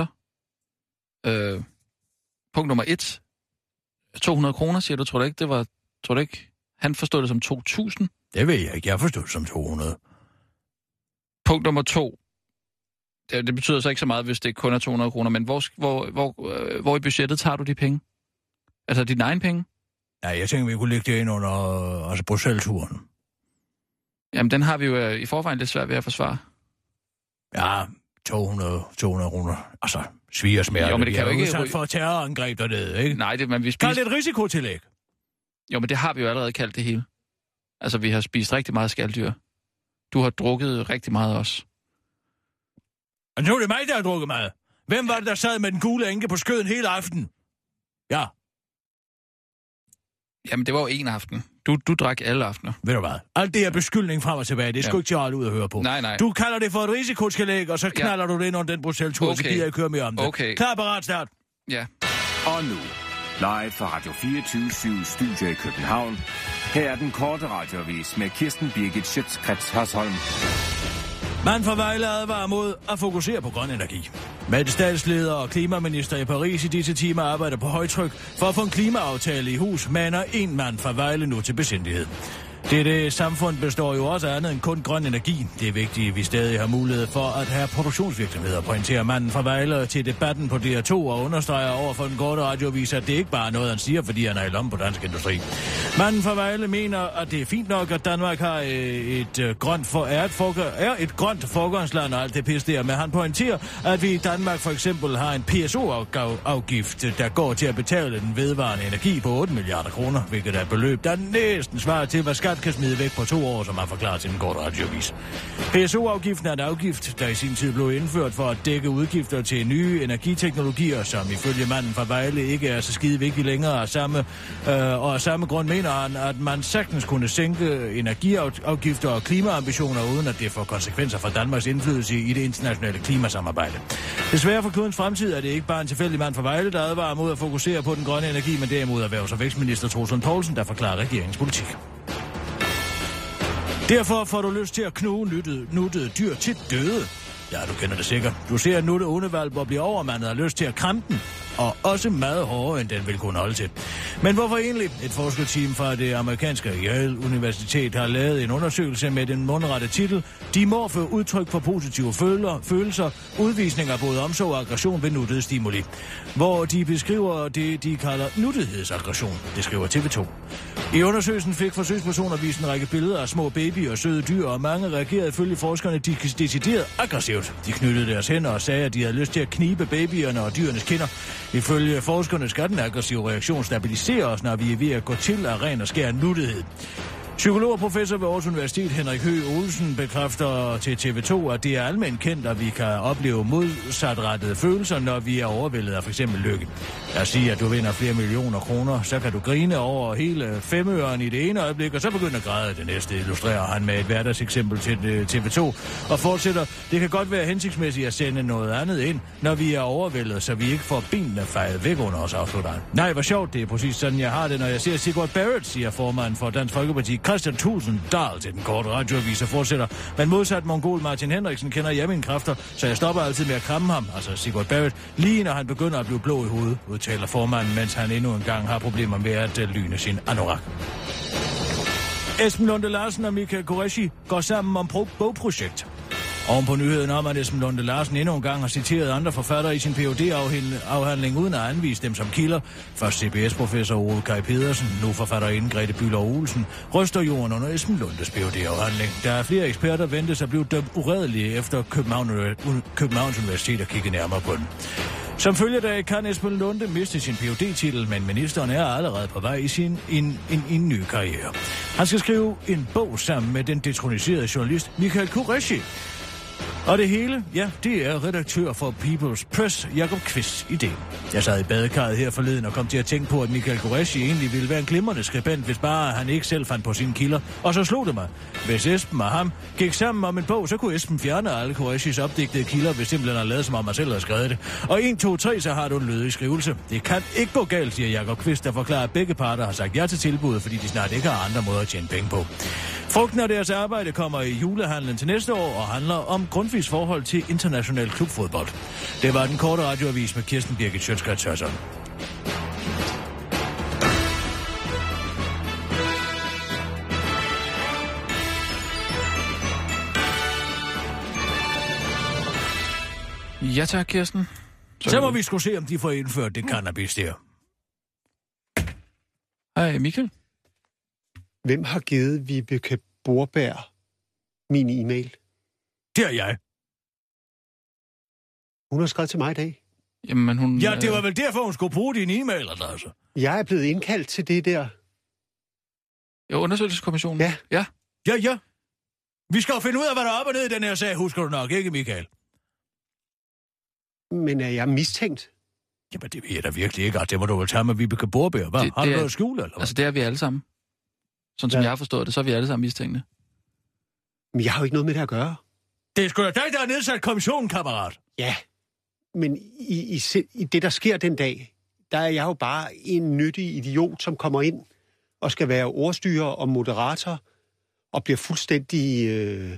Punkt nummer 1. 200 kroner, siger du. Tror du ikke? Han forstod det som 2.000? Det ved jeg ikke. Jeg forstod det som 200. Punkt nummer 2. Det betyder så ikke så meget, hvis det kun er 200 kroner, men hvor i budgettet tager du de penge? Altså dine egne penge? Ja, jeg tænker, vi kunne lægge det ind under Bruxelles-turen. Jamen, den har vi jo i forvejen lidt svært ved at forsvare. Ja, 200 kroner. Altså, svigersmerte. Jo, men det kan jo ikke... udsat for terrorangreb dernede, ikke? Nej, men vi spiser... Kald det et risikotillæg. Jo, men det har vi jo allerede kaldt det hele. Altså, vi har spist rigtig meget skaldyr. Du har drukket rigtig meget også. Og nu er det mig, der har drukket meget. Hvem var det, der sad med den gule enke på skøden hele aften? Ja. Jamen, det var jo en aften. Du drak alle aftener. Ved du hvad? Alt det er beskyldning frem og tilbage. Det er sgu ikke til at holde ud at høre på. Nej. Du kalder det for et risikotillæg, og så knaller du det ind under den Bruxelles-tur, så gider jeg ikke høre mere om det. Okay. Klar, parat, start. Ja. Og nu, live fra Radio 24/7 Studio i København. Her er den korte radioavis med Kirsten Birgit Schøtz-Krets Hørsholm. Man fra Vejle advarer mod at fokusere på grøn energi. Mette statsleder og klimaminister i Paris i disse timer arbejder på højtryk for at få en klimaaftale i hus, maner en mand fra Vejle nu til besindighed. Dette samfund består jo også af andet end kun grøn energi. Det er vigtigt, at vi stadig har mulighed for at have produktionsvirksomheder, pointerer manden fra Vejle til debatten på DR2 og understreger over for den korte radioavis, at det ikke bare er noget, han siger, fordi han er i lommen på dansk industri. Manden fra Vejle mener, at det er fint nok, at Danmark har et grønt foregangsland og alt det pis der, men han pointerer, at vi i Danmark for eksempel har en PSO-afgift, der går til at betale den vedvarende energi på 8 milliarder kroner, hvilket er et beløb, der næsten svarer til, hvad skat kan smide væk på 2 år, som han forklarer til den korte radioavis. PSO-afgiften er en afgift, der i sin tid blev indført for at dække udgifter til nye energiteknologier, som ifølge manden fra Vejle ikke er så skide vigtige længere, og af samme grund mener han, at man sagtens kunne sænke energiafgifter og klimaambitioner, uden at det får konsekvenser for Danmarks indflydelse i det internationale klimasamarbejde. Desværre for klodens fremtid er det ikke bare en tilfældig mand fra Vejle, der advarer mod at fokusere på den grønne energi, men derimod erhvervs- og vækstminister Troels Lund Poulsen, der forklarer regeringens politik. Derfor får du lyst til at knuge nuttede dyr til døde. Ja, du kender det sikkert. Du ser en nutte undervalp og bliver overmandet og har lyst til at kramme den. Og også meget hårdere, end den vil kunne holde til. Men hvorfor egentlig? Et forskerteam fra det amerikanske Yale Universitet har lavet en undersøgelse med den mundrette titel Dimorfe udtryk for positive følelser, udvisning af både omsorg og aggression ved nuttede stimuli. Hvor de beskriver det, de kalder nuttighedsaggression. Det skriver TV2. I undersøgelsen fik forsøgspersoner vist en række billeder af små babyer og søde dyr, og mange reagerede ifølge forskerne decideret aggressivt. De knyttede deres hænder og sagde, at de havde lyst til at knibe babyerne og dyrenes kinder. Ifølge forskerne skal den aggressive reaktion stabilisere os, når vi er ved at gå til af ren og skær nuttighed. Psykolog og professor ved Aarhus Universitet Henrik Høgh Olsen bekræfter til TV2, at det er almindeligt kendt, at vi kan opleve modsatrettede følelser, når vi er overvældet af f.eks. lykke. Lad os sige, at du vinder flere millioner kroner, så kan du grine over hele 5 øren i det ene øjeblik, og så begynder at græde det næste, illustrerer han med et hverdagseksempel til TV2, og fortsætter, det kan godt være hensigtsmæssigt at sende noget andet ind, når vi er overvældet, så vi ikke får benene fejet væk under os, afslutter han. Nej, hvor sjovt, det er præcis sådan, jeg har det, når jeg ser Sigurd Barrett, siger formanden for Dansk Folkeparti, Christian Thulesen Dahl til den korte radioavis og fortsætter. Men modsat mongol Martin Henriksen kender jeg mine kræfter, så jeg stopper altid med at kramme ham, altså Sigurd Barrett, lige når han begynder at blive blå i hovedet, udtaler formanden, mens han endnu en gang har problemer med at lyne sin anorak. Esben Lunde Larsen og Michael Qureshi går sammen om bogprojekt. Oven på nyheden om, at Esben Lunde Larsen endnu en gang har citeret andre forfattere i sin Ph.D.-afhandling uden at anvise dem som kilder. Først CBS-professor Ove Kaj Pedersen, nu forfatterinde Grete Bülow Olsen, ryster jorden under Esben Lundes Ph.D.-afhandling. Der er flere eksperter ventes at blive dømt uredelige efter Københavns Universitet at kigge nærmere på den. Som følge deraf kan Esben Lunde miste sin Ph.D.-titel, men ministeren er allerede på vej i en ny karriere. Han skal skrive en bog sammen med den detroniserede journalist Michael Qureshi. Og det hele, ja, det er redaktør for People's Press, Jacob Qvist idé. Jeg sad i badekarret her forleden og kom til at tænke på, at Michael Qureshi egentlig ville være en glimrende skribent, hvis bare han ikke selv fandt på sine kilder. Og så slog det mig. Hvis Esben og ham gik sammen om en bog, så kunne Esben fjerne alle Quereshis opdigtede kilder, hvis simpelthen han lavede, som om han selv havde skrevet det. Og 1, 2, 3, så har du en lødig skrivelse. Det kan ikke gå galt, siger Jacob Qvist, der forklarer, at begge parter har sagt ja til tilbuddet, fordi de snart ikke har andre måder at tjene penge på. Frugten af deres arbejde kommer i julehandlen til næste år og handler om Grundtvigs forhold til international klubfodbold. Det var den korte radioavis med Kirsten Birgit Schøtzgrads Hørsholm. Ja tak, Kirsten. Så må vi skulle se, om de får indført det cannabis der. Hej, Michael. Hvem har givet Vibeke Borberg min e-mail? Det er jeg. Hun har skrevet til mig i dag. Jamen, hun... Ja, det var vel derfor, hun skulle bruge din e-mail, altså. Jeg er blevet indkaldt til det der. Ja, undersøgelseskommissionen. Ja. Ja. Vi skal jo finde ud af, hvad der er op og ned i den her sag, husker du nok, ikke, Michael? Men er jeg mistænkt? Jamen, det ved jeg da virkelig ikke, og det må du vel tage med Vibeke Borberg, hva'? Har du noget at skjule, eller hvad? Altså, det er vi alle sammen. Sådan som jeg har forstået det, så er vi alle sammen mistænkte. Men jeg har jo ikke noget med det at gøre. Det er sgu da dig, der har nedsat kommissionen, kammerat. Ja, men i det, der sker den dag, der er jeg jo bare en nyttig idiot, som kommer ind og skal være ordstyrer og moderator og bliver fuldstændig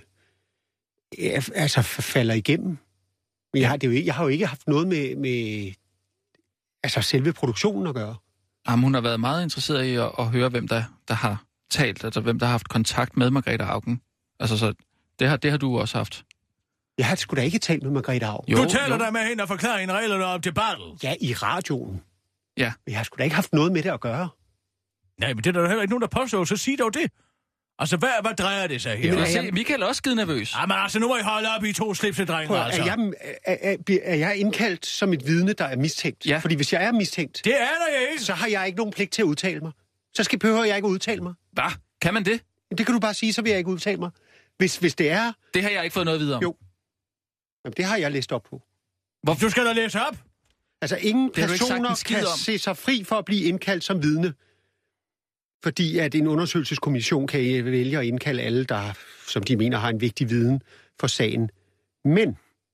falder igennem. Men jeg har jo ikke haft noget med selve produktionen at gøre. Jamen, hun har været meget interesseret i at høre, hvem der har talt, altså hvem der har haft kontakt med Margrethe Auken. Altså, så det har du også haft. Jeg har sgu da ikke talt med Margrethe Auken. Du taler der med hende og forklarer hende reglerne op til battle. Ja, i radioen. Ja. Men jeg har sgu da ikke haft noget med det at gøre. Nej, men det er der heller ikke nogen, der påstår, så sig dog det. Altså, hvad drejer det sig her? Jamen, Michael er også skide nervøs. Jamen altså, nu må I holde op i 2 slipsedrenge, altså. Er jeg indkaldt som et vidne, der er mistænkt? Ja. Fordi hvis jeg er mistænkt... Det er der ikke. Så har jeg ikke nogen pligt til at udtale mig. Så behøver jeg ikke at udtale mig. Hvad? Kan man det? Det kan du bare sige, så vil jeg ikke udtale mig. Hvis det er... Det har jeg ikke fået noget videre om. Jo. Jamen, det har jeg læst op på. Hvorfor du skal da læse op? Altså, ingen personer kan se sig fri for at blive indkaldt som vidne. Fordi at en undersøgelseskommission kan vælge at indkalde alle, der, som de mener, har en vigtig viden for sagen. Men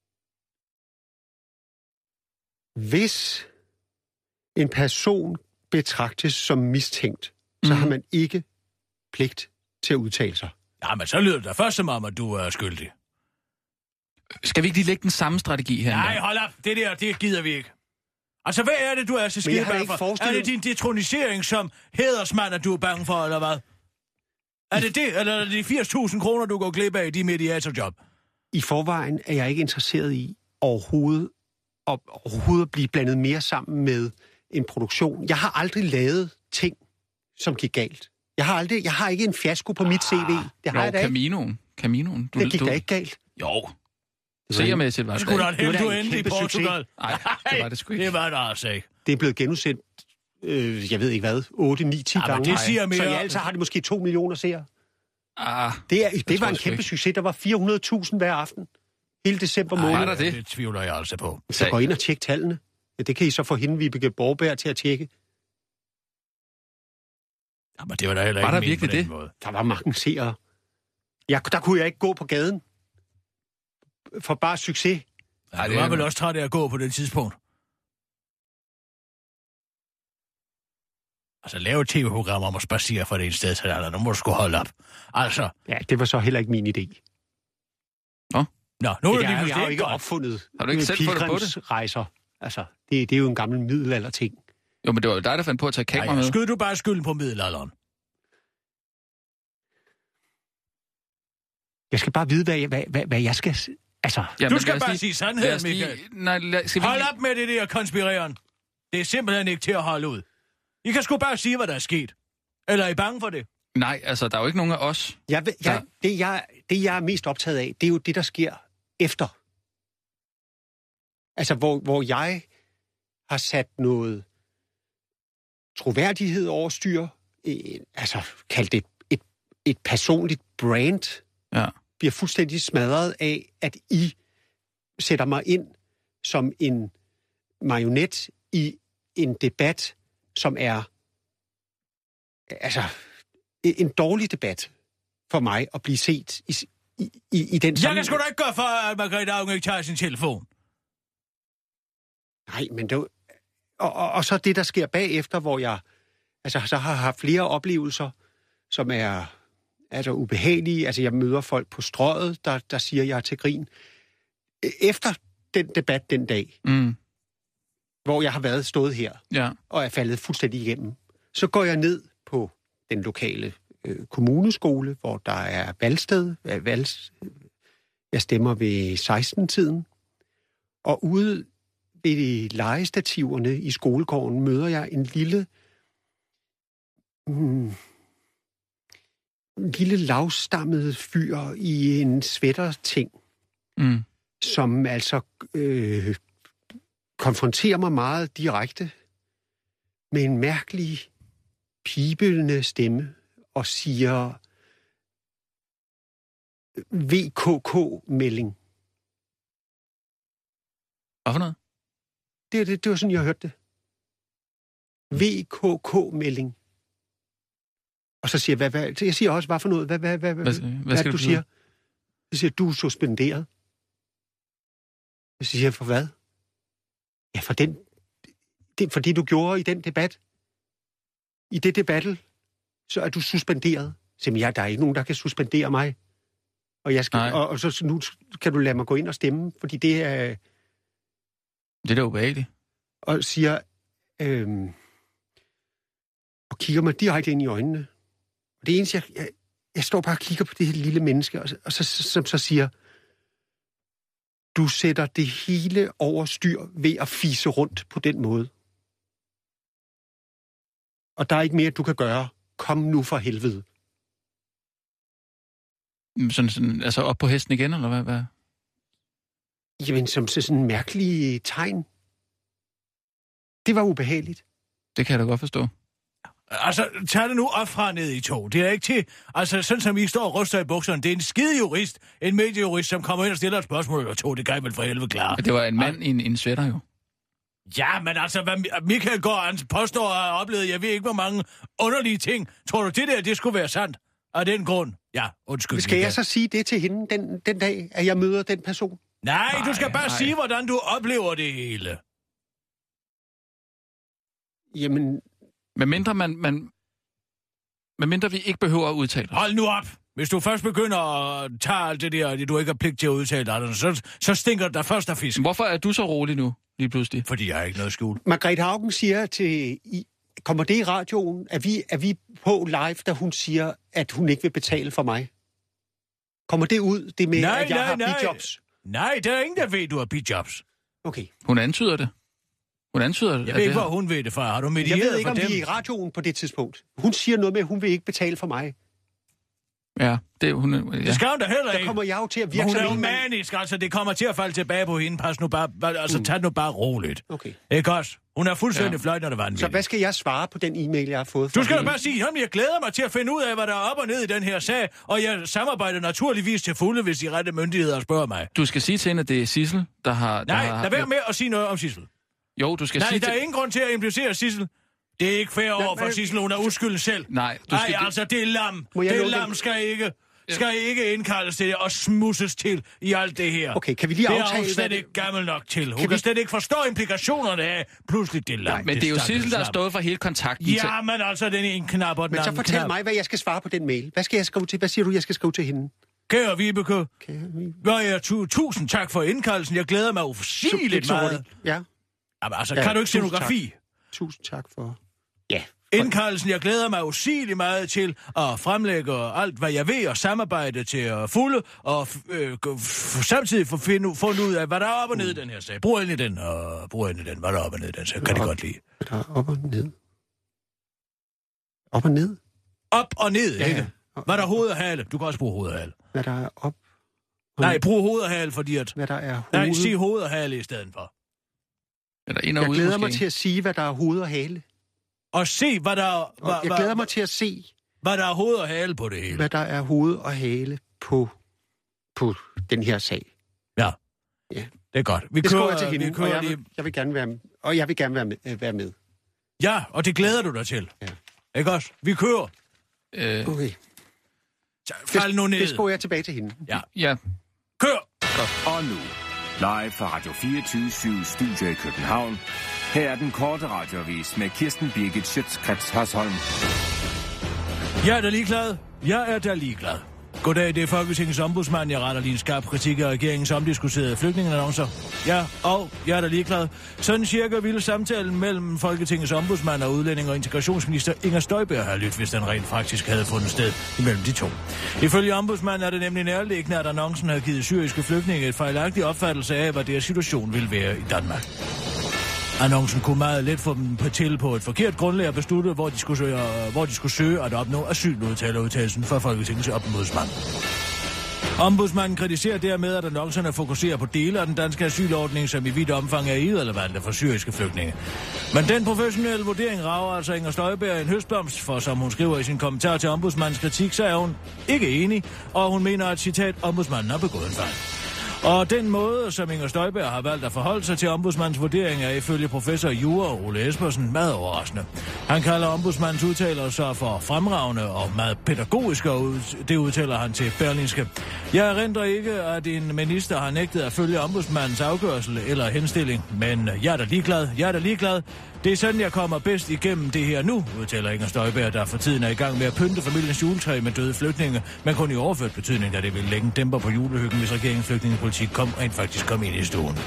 hvis en person betragtes som mistænkt, så har man ikke pligt til at udtale sig. Ja, men så lyder det da først som om, at du er skyldig. Skal vi ikke lige lægge den samme strategi her? Nej, hold op. Det gider vi ikke. Altså, hvad er det, du er så skide bange for? Er det din detronisering som hædersmand, at du er bange for, eller hvad? Er det det, eller er det de 80.000 kroner, du går glip af i dit mediatorjob? I forvejen er jeg ikke interesseret i overhovedet at blive blandet mere sammen med en produktion. Jeg har aldrig lavet ting, som gik galt. Jeg har ikke en fiasko på mit CV. Det har jeg da ikke. Caminoen. Det gik da ikke galt. Jo. Seermæssigt var det. Skulle du endte i Portugal? Nej, det var det sgu ikke. Det var det altså ikke. Det er blevet genudsendt, jeg ved ikke hvad, 8, 9, 10 gange. Det siger mere. Så i alt så har det måske 2 millioner seere. Det var en kæmpe succes. Der var 400.000 hver aften. Hele december måned. Var der det? Det tvivler jeg altså på. Så gå ind og tjek tallene. Ja, det kan I så få hende, Vibeke Borberg, til at tjekke. Jamen, det var der heller ikke. Var der virkelig det? Måde. Der var mange seere. Der kunne jeg ikke gå på gaden. For bare succes. Ja, det var vel også træt af at gå på det tidspunkt. Altså, lave et tv-program om at spacere fra det ene sted til det andet. Nu må du sgu holde op. Altså. Ja, det var så heller ikke min idé. Nå, nu er det lige jeg har jo ikke opfundet. Har du ikke selv fundet på det? Rejser. Altså, det er jo en gammel middelalder-ting. Jo, men det var jo dig, der fandt på at tage kamera med. Skyd du bare skylden på middelalderen? Jeg skal bare vide, hvad jeg skal Altså, du skal bare sige sandheden, Michael. Hold op med det der konspireren. Det er simpelthen ikke til at holde ud. I kan sgu bare sige, hvad der er sket. Eller er I bange for det? Nej, altså, der er jo ikke nogen af os. Det, jeg er mest optaget af, det er jo det, der sker efter. Altså, hvor jeg har sat noget troværdighed over styr, altså kaldt det et personligt brand, bliver fuldstændig smadret af, at I sætter mig ind som en marionet i en debat, som er altså en dårlig debat for mig at blive set i den Jeg kan sgu da ikke gøre for, at Margrethe Auken ikke tager sin telefon. Nej, men det og så det, der sker bagefter, hvor jeg så har haft flere oplevelser, som er ubehagelige. Altså, jeg møder folk på Strøget, der siger, jeg er til grin. Efter den debat den dag, hvor jeg har stået her, og er faldet fuldstændig igennem, så går jeg ned på den lokale kommuneskole, hvor der er valgsted. Jeg stemmer ved 16-tiden. Og ude ved legestativerne i skolegården møder jeg en lille lavstammet fyr i en sweater-ting, som altså konfronterer mig meget direkte med en mærkelig, pibelende stemme og siger VKK-melding. Hvad for noget? Det var sådan, jeg hørte det. VKK-melding. Og så siger jeg, jeg siger også, hvad for noget? Hvad skal du siger? Så siger du er suspenderet. Så siger jeg, for hvad? Ja, for det, du gjorde i den debat. I det debattel, så er du suspenderet. Så der er ikke nogen, der kan suspendere mig. Og jeg skal, og så nu kan du lade mig gå ind og stemme, fordi det er... Det er da ubehageligt. Og siger... og kigger mig direkte ind i øjnene. Og det eneste, jeg står bare og kigger på det her lille menneske, og så siger... Du sætter det hele over styr ved at fise rundt på den måde. Og der er ikke mere, du kan gøre. Kom nu for helvede. Sådan, altså op på hesten igen, eller hvad? Jamen, som sådan en mærkelig tegn. Det var ubehageligt. Det kan jeg da godt forstå. Altså, tag det nu op fra ned i tog. Det er ikke til... Altså, sådan som I står og ryster i bukserne, det er en skide jurist, en mediejurist, som kommer ind og stiller et spørgsmål eller to. Det kan jeg vel for helvede klare. Det var en mand i en sweater, jo. Ja, men altså, hvad Michael Gård påstår at have oplevet, jeg ved ikke, hvor mange underlige ting. Tror du, det skulle være sandt? Af den grund? Ja, undskyld. Skal jeg så sige det til hende den dag, at jeg møder den person? Nej, du skal bare sige, hvordan du oplever det hele. Jamen... Medmindre vi ikke behøver at udtale os. Hold nu op! Hvis du først begynder at tage alt det der, du ikke har pligt til at udtale dig, så stinker der først af fisk. Hvorfor er du så rolig nu, lige pludselig? Fordi jeg har ikke noget skjul. Margrethe Auken siger til... Kommer det i radioen? Er vi på live, da hun siger, at hun ikke vil betale for mig? Kommer det ud, det med, at jeg har bidjobs? Nej, der er ingen, der ved, du har bidjobs. Okay. Hun antyder det. Jeg ved ikke, hvor hun ved det fra. Har du medieret jeg ved ikke, om vi er i radioen på det tidspunkt. Hun siger noget med, at hun vil ikke betale for mig. Ja, det hun... Ja. Det skal hun da heller ikke. Der kommer jeg jo til at virke hun er jo manisk, altså det kommer til at falde tilbage på hende. Pas nu bare, altså tag nu bare roligt. Okay. Ikke også? Hun er fuldstændig fløjt, når det var en Så hvad skal jeg svare på den e-mail, jeg har fået? Du skal da bare sige, jeg glæder mig til at finde ud af, hvad der er op og ned i den her sag, og jeg samarbejder naturligvis til fulde, hvis de rette myndigheder spørger mig. Du skal sige til hende, at det er Sissel, der har... Nej, lad være med at sige noget om Sissel. Jo, du skal sige der er ingen grund til at implicere Sissel. Det er ikke fair over for Sissel, hun er uskyldig selv. Nej, altså, det er lam. Det lam skal ikke indkaldes til det og smusses til i alt det her. Okay, kan vi lige aftale... Det er hun slet ikke gammel nok til. Hun kan slet ikke forstå implikationerne af pludselig det lam. Nej, men det er jo Sissel, der har stået for hele kontakten. Ja, men altså, den er en knap og den anden. Men så fortæl mig, hvad jeg skal svare på den mail. Hvad skal jeg skrive til? Hvad siger du, jeg skal skrive til hende? Kære Vibeke, tusind tak for indkaldelsen. Jeg glæder mig uforsigeligt meget. Ja. Altså, kan du ikke scenografi? Tusind tak for... Ja. Indkaldelsen, jeg glæder mig usigeligt meget til at fremlægge alt, hvad jeg ved, og samarbejde til fulde, og samtidig få fundet ud af, hvad der er op og ned i den her sag. Brug endelig den, hvad der er op og ned i den sag. Kan det godt lide. Hvad der er op og ned? Op og ned? Op og ned, ja, ikke? Hvad der er hoved og hale. Du kan også bruge hoved og hale. Hvad der er op? Nej, brug hoved og hale, fordi at... Hvad der er hoved? Nej, sig hoved og hale i stedet for. Jeg glæder mig til at sige, hvad der er hoved og hale. Og se, hvad der... Jeg glæder mig til at se... Hvad der er hoved og hale på det hele. Hvad der er hoved og hale på den her sag. Ja. Ja. Det er godt. Det skal jeg til hende, og jeg vil gerne være med. Og jeg vil gerne være med. Ja, og det glæder du dig til. Ja. Ikke også? Vi kører. Okay. Fald nu ned. Det skriver jeg tilbage til hende. Ja. Kør! Og nu, live fra Radio 24/7 Studio i København. Her er den korte radioavis med Kirsten Birgit Schøtzgrads Hasholm. Jeg er da ligeglad. Goddag, det er Folketingets ombudsmand. Jeg retter lige en skarp kritik af regeringens omdiskuterede flygtningeannoncer. Ja, og jeg er da ligeglad. Sådan cirka ville samtalen mellem Folketingets ombudsmand og udlænding- og integrationsminister Inger Støjberg have lyttet, hvis den rent faktisk havde fundet sted imellem de to. Ifølge ombudsmanden er det nemlig nærliggende, at annoncen har givet syriske flygtninge et fejlagtig opfattelse af, hvad deres situation ville være i Danmark. Annoncen kunne meget let få dem på et forkert grundlag at beslutte, hvor de skulle søge at opnå asyl, udtaler udtalelsen fra Folketingets ombudsmand. Ombudsmanden kritiserer dermed, at annoncerne fokuserer på dele af den danske asylordning, som i vidt omfang er irrelevante for syriske flygtninge. Men den professionelle vurdering rager altså Inger Støjberg en høstblomst, for som hun skriver i sin kommentar til ombudsmandens kritik, så er hun ikke enig, og hun mener, at citat, ombudsmanden har begået en fejl. Og den måde, som Inger Støjberg har valgt at forholde sig til ombudsmandens vurdering, er ifølge professor i jura Ole Espersen meget overraskende. Han kalder ombudsmandens udtalelser for fremragende og meget pædagogiske, og det udtaler han til Berlingske. Jeg erindrer ikke, at en minister har nægtet at følge ombudsmandens afgørelse eller henstilling, men jeg er da ligeglad. Det er sådan, jeg kommer bedst igennem det her nu, udtaler Inger Støjberg, der for tiden er i gang med at pynte familiens juletræ med døde flygtninge, men kun i overført betydning, da det vil lægge en dæmper på julehyggen, hvis regeringens flygtningepolitik rent faktisk kom ind i stuen.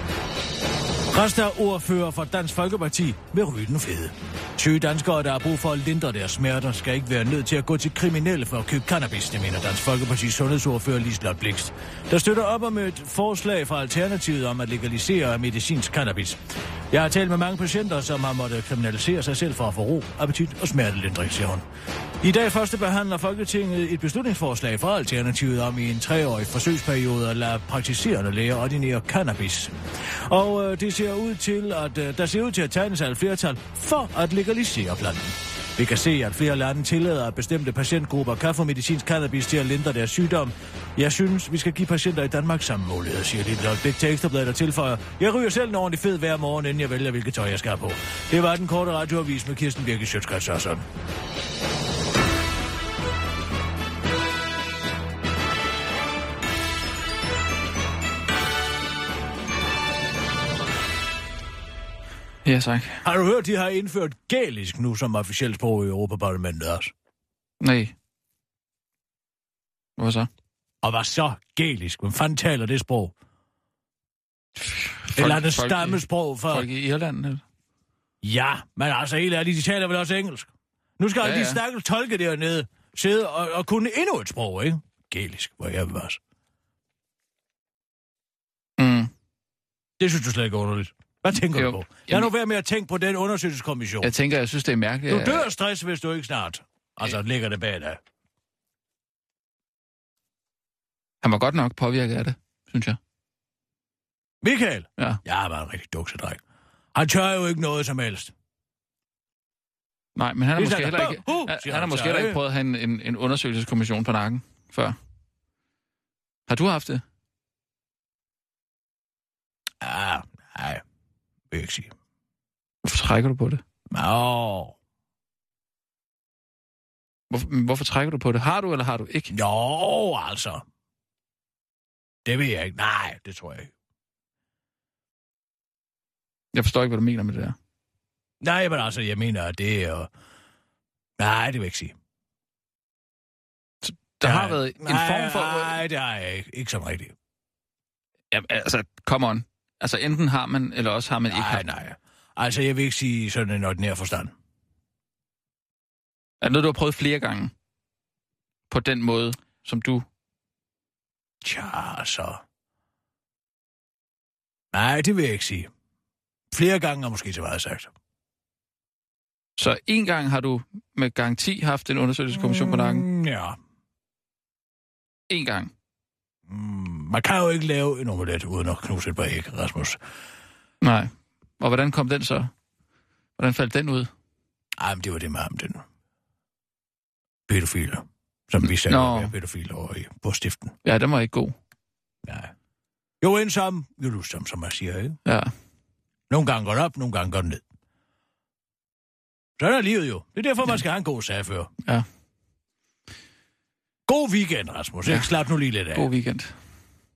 Resta ordfører for Dansk Folkeparti vil ryge den fede. Syge danskere, der har brug for at lindre deres smerter, skal ikke være nødt til at gå til kriminelle for at købe cannabis, det mener Dansk Folkepartis sundhedsordfører Liselott Blixt, der støtter op om et forslag fra Alternativet om at legalisere medicinsk cannabis. Jeg har talt med mange patienter, som har måttet kriminalisere sig selv for at få ro, appetit og smertelindring, siger hun. I dag første behandler Folketinget et beslutningsforslag fra Alternativet om i en 3-årig forsøgsperiode at lade praktiserende læger ordinere cannabis. Og der ser ud til at tegnes af et flertal for at legalisere planten. Vi kan se, at flere lande tillader, at bestemte patientgrupper kan få medicinsk cannabis til at lindre deres sygdom. Jeg synes, vi skal give patienter i Danmark samme mulighed, siger Liselott Blixt til Ekstrabladet og tilføjer. Jeg ryger selv en ordentlig fed hver morgen, inden jeg vælger, hvilket tøj jeg skal på. Det var den korte radioavis med Kirsten Birgit Schøtzgrads Hasholm. Ja, tak. Har du hørt, de har indført gælisk nu som officielt sprog i Europaparlamentet også? Nej. Hvad så? Og hvad så gælisk? Hvem fanden taler det sprog? Eller andet stammesprog for... Folk i Irland, eller? Ja, men altså helt ærligt, de taler vel også engelsk. Nu skal de stakkels tolke dernede sidde og kunne endnu et sprog, ikke? Gælisk, hvor jeg vil også. Det synes du slet ikke underligt. Hvad tænker du på? Jeg er nu ved med at tænke på den undersøgelseskommission. Jeg synes, det er mærkeligt. Du dør af stress, hvis du ikke snart. Altså, ligger det bag dig. Han var godt nok påvirket af det, synes jeg. Michael? Ja. Jeg var en rigtig duksedreng. Han tør jo ikke noget som helst. Nej, men han har måske heller ikke, han har måske heller ikke prøvet at have en undersøgelseskommission på nakken før. Har du haft det? Nej, vil jeg ikke sige. Hvorfor trækker du på det? Hvorfor trækker du på det? Har du, eller har du ikke? Jo, altså. Det ved jeg ikke. Nej, det tror jeg ikke. Jeg forstår ikke, hvad du mener med det der. Nej, men altså, jeg mener, at det er... Nej, det vil jeg ikke sige. Der har været en form for... Nej, det har jeg ikke. Ikke som rigtigt. Ja, altså, come on. Altså, enten har man, eller også har man ikke haft. Nej. Altså, jeg vil ikke sige sådan en ordinær forstand. Er det noget, du har prøvet flere gange? På den måde, som du... Tja, så... Nej, det vil jeg ikke sige. Flere gange har måske så meget sagt. Så en gang har du med garanti haft en undersøgelseskommission på nakken? Ja. En gang? Man kan jo ikke lave en omelet uden at knuse et par æg, Rasmus. Nej. Og hvordan kom den så? Hvordan faldt den ud? Ej, men det var det med ham, den pædofile, som vi sagde var pædofile over på stiften. Ja, den var ikke god. Nej. Jo, ensom, jo lustom, som man siger, ikke? Ja. Nogle gange går det op, nogle gange går det ned. Sådan er livet jo. Det er derfor, man skal have en god sagfører. Ja. God weekend, Rasmus. Ja. Slap nu lige lidt af. God weekend.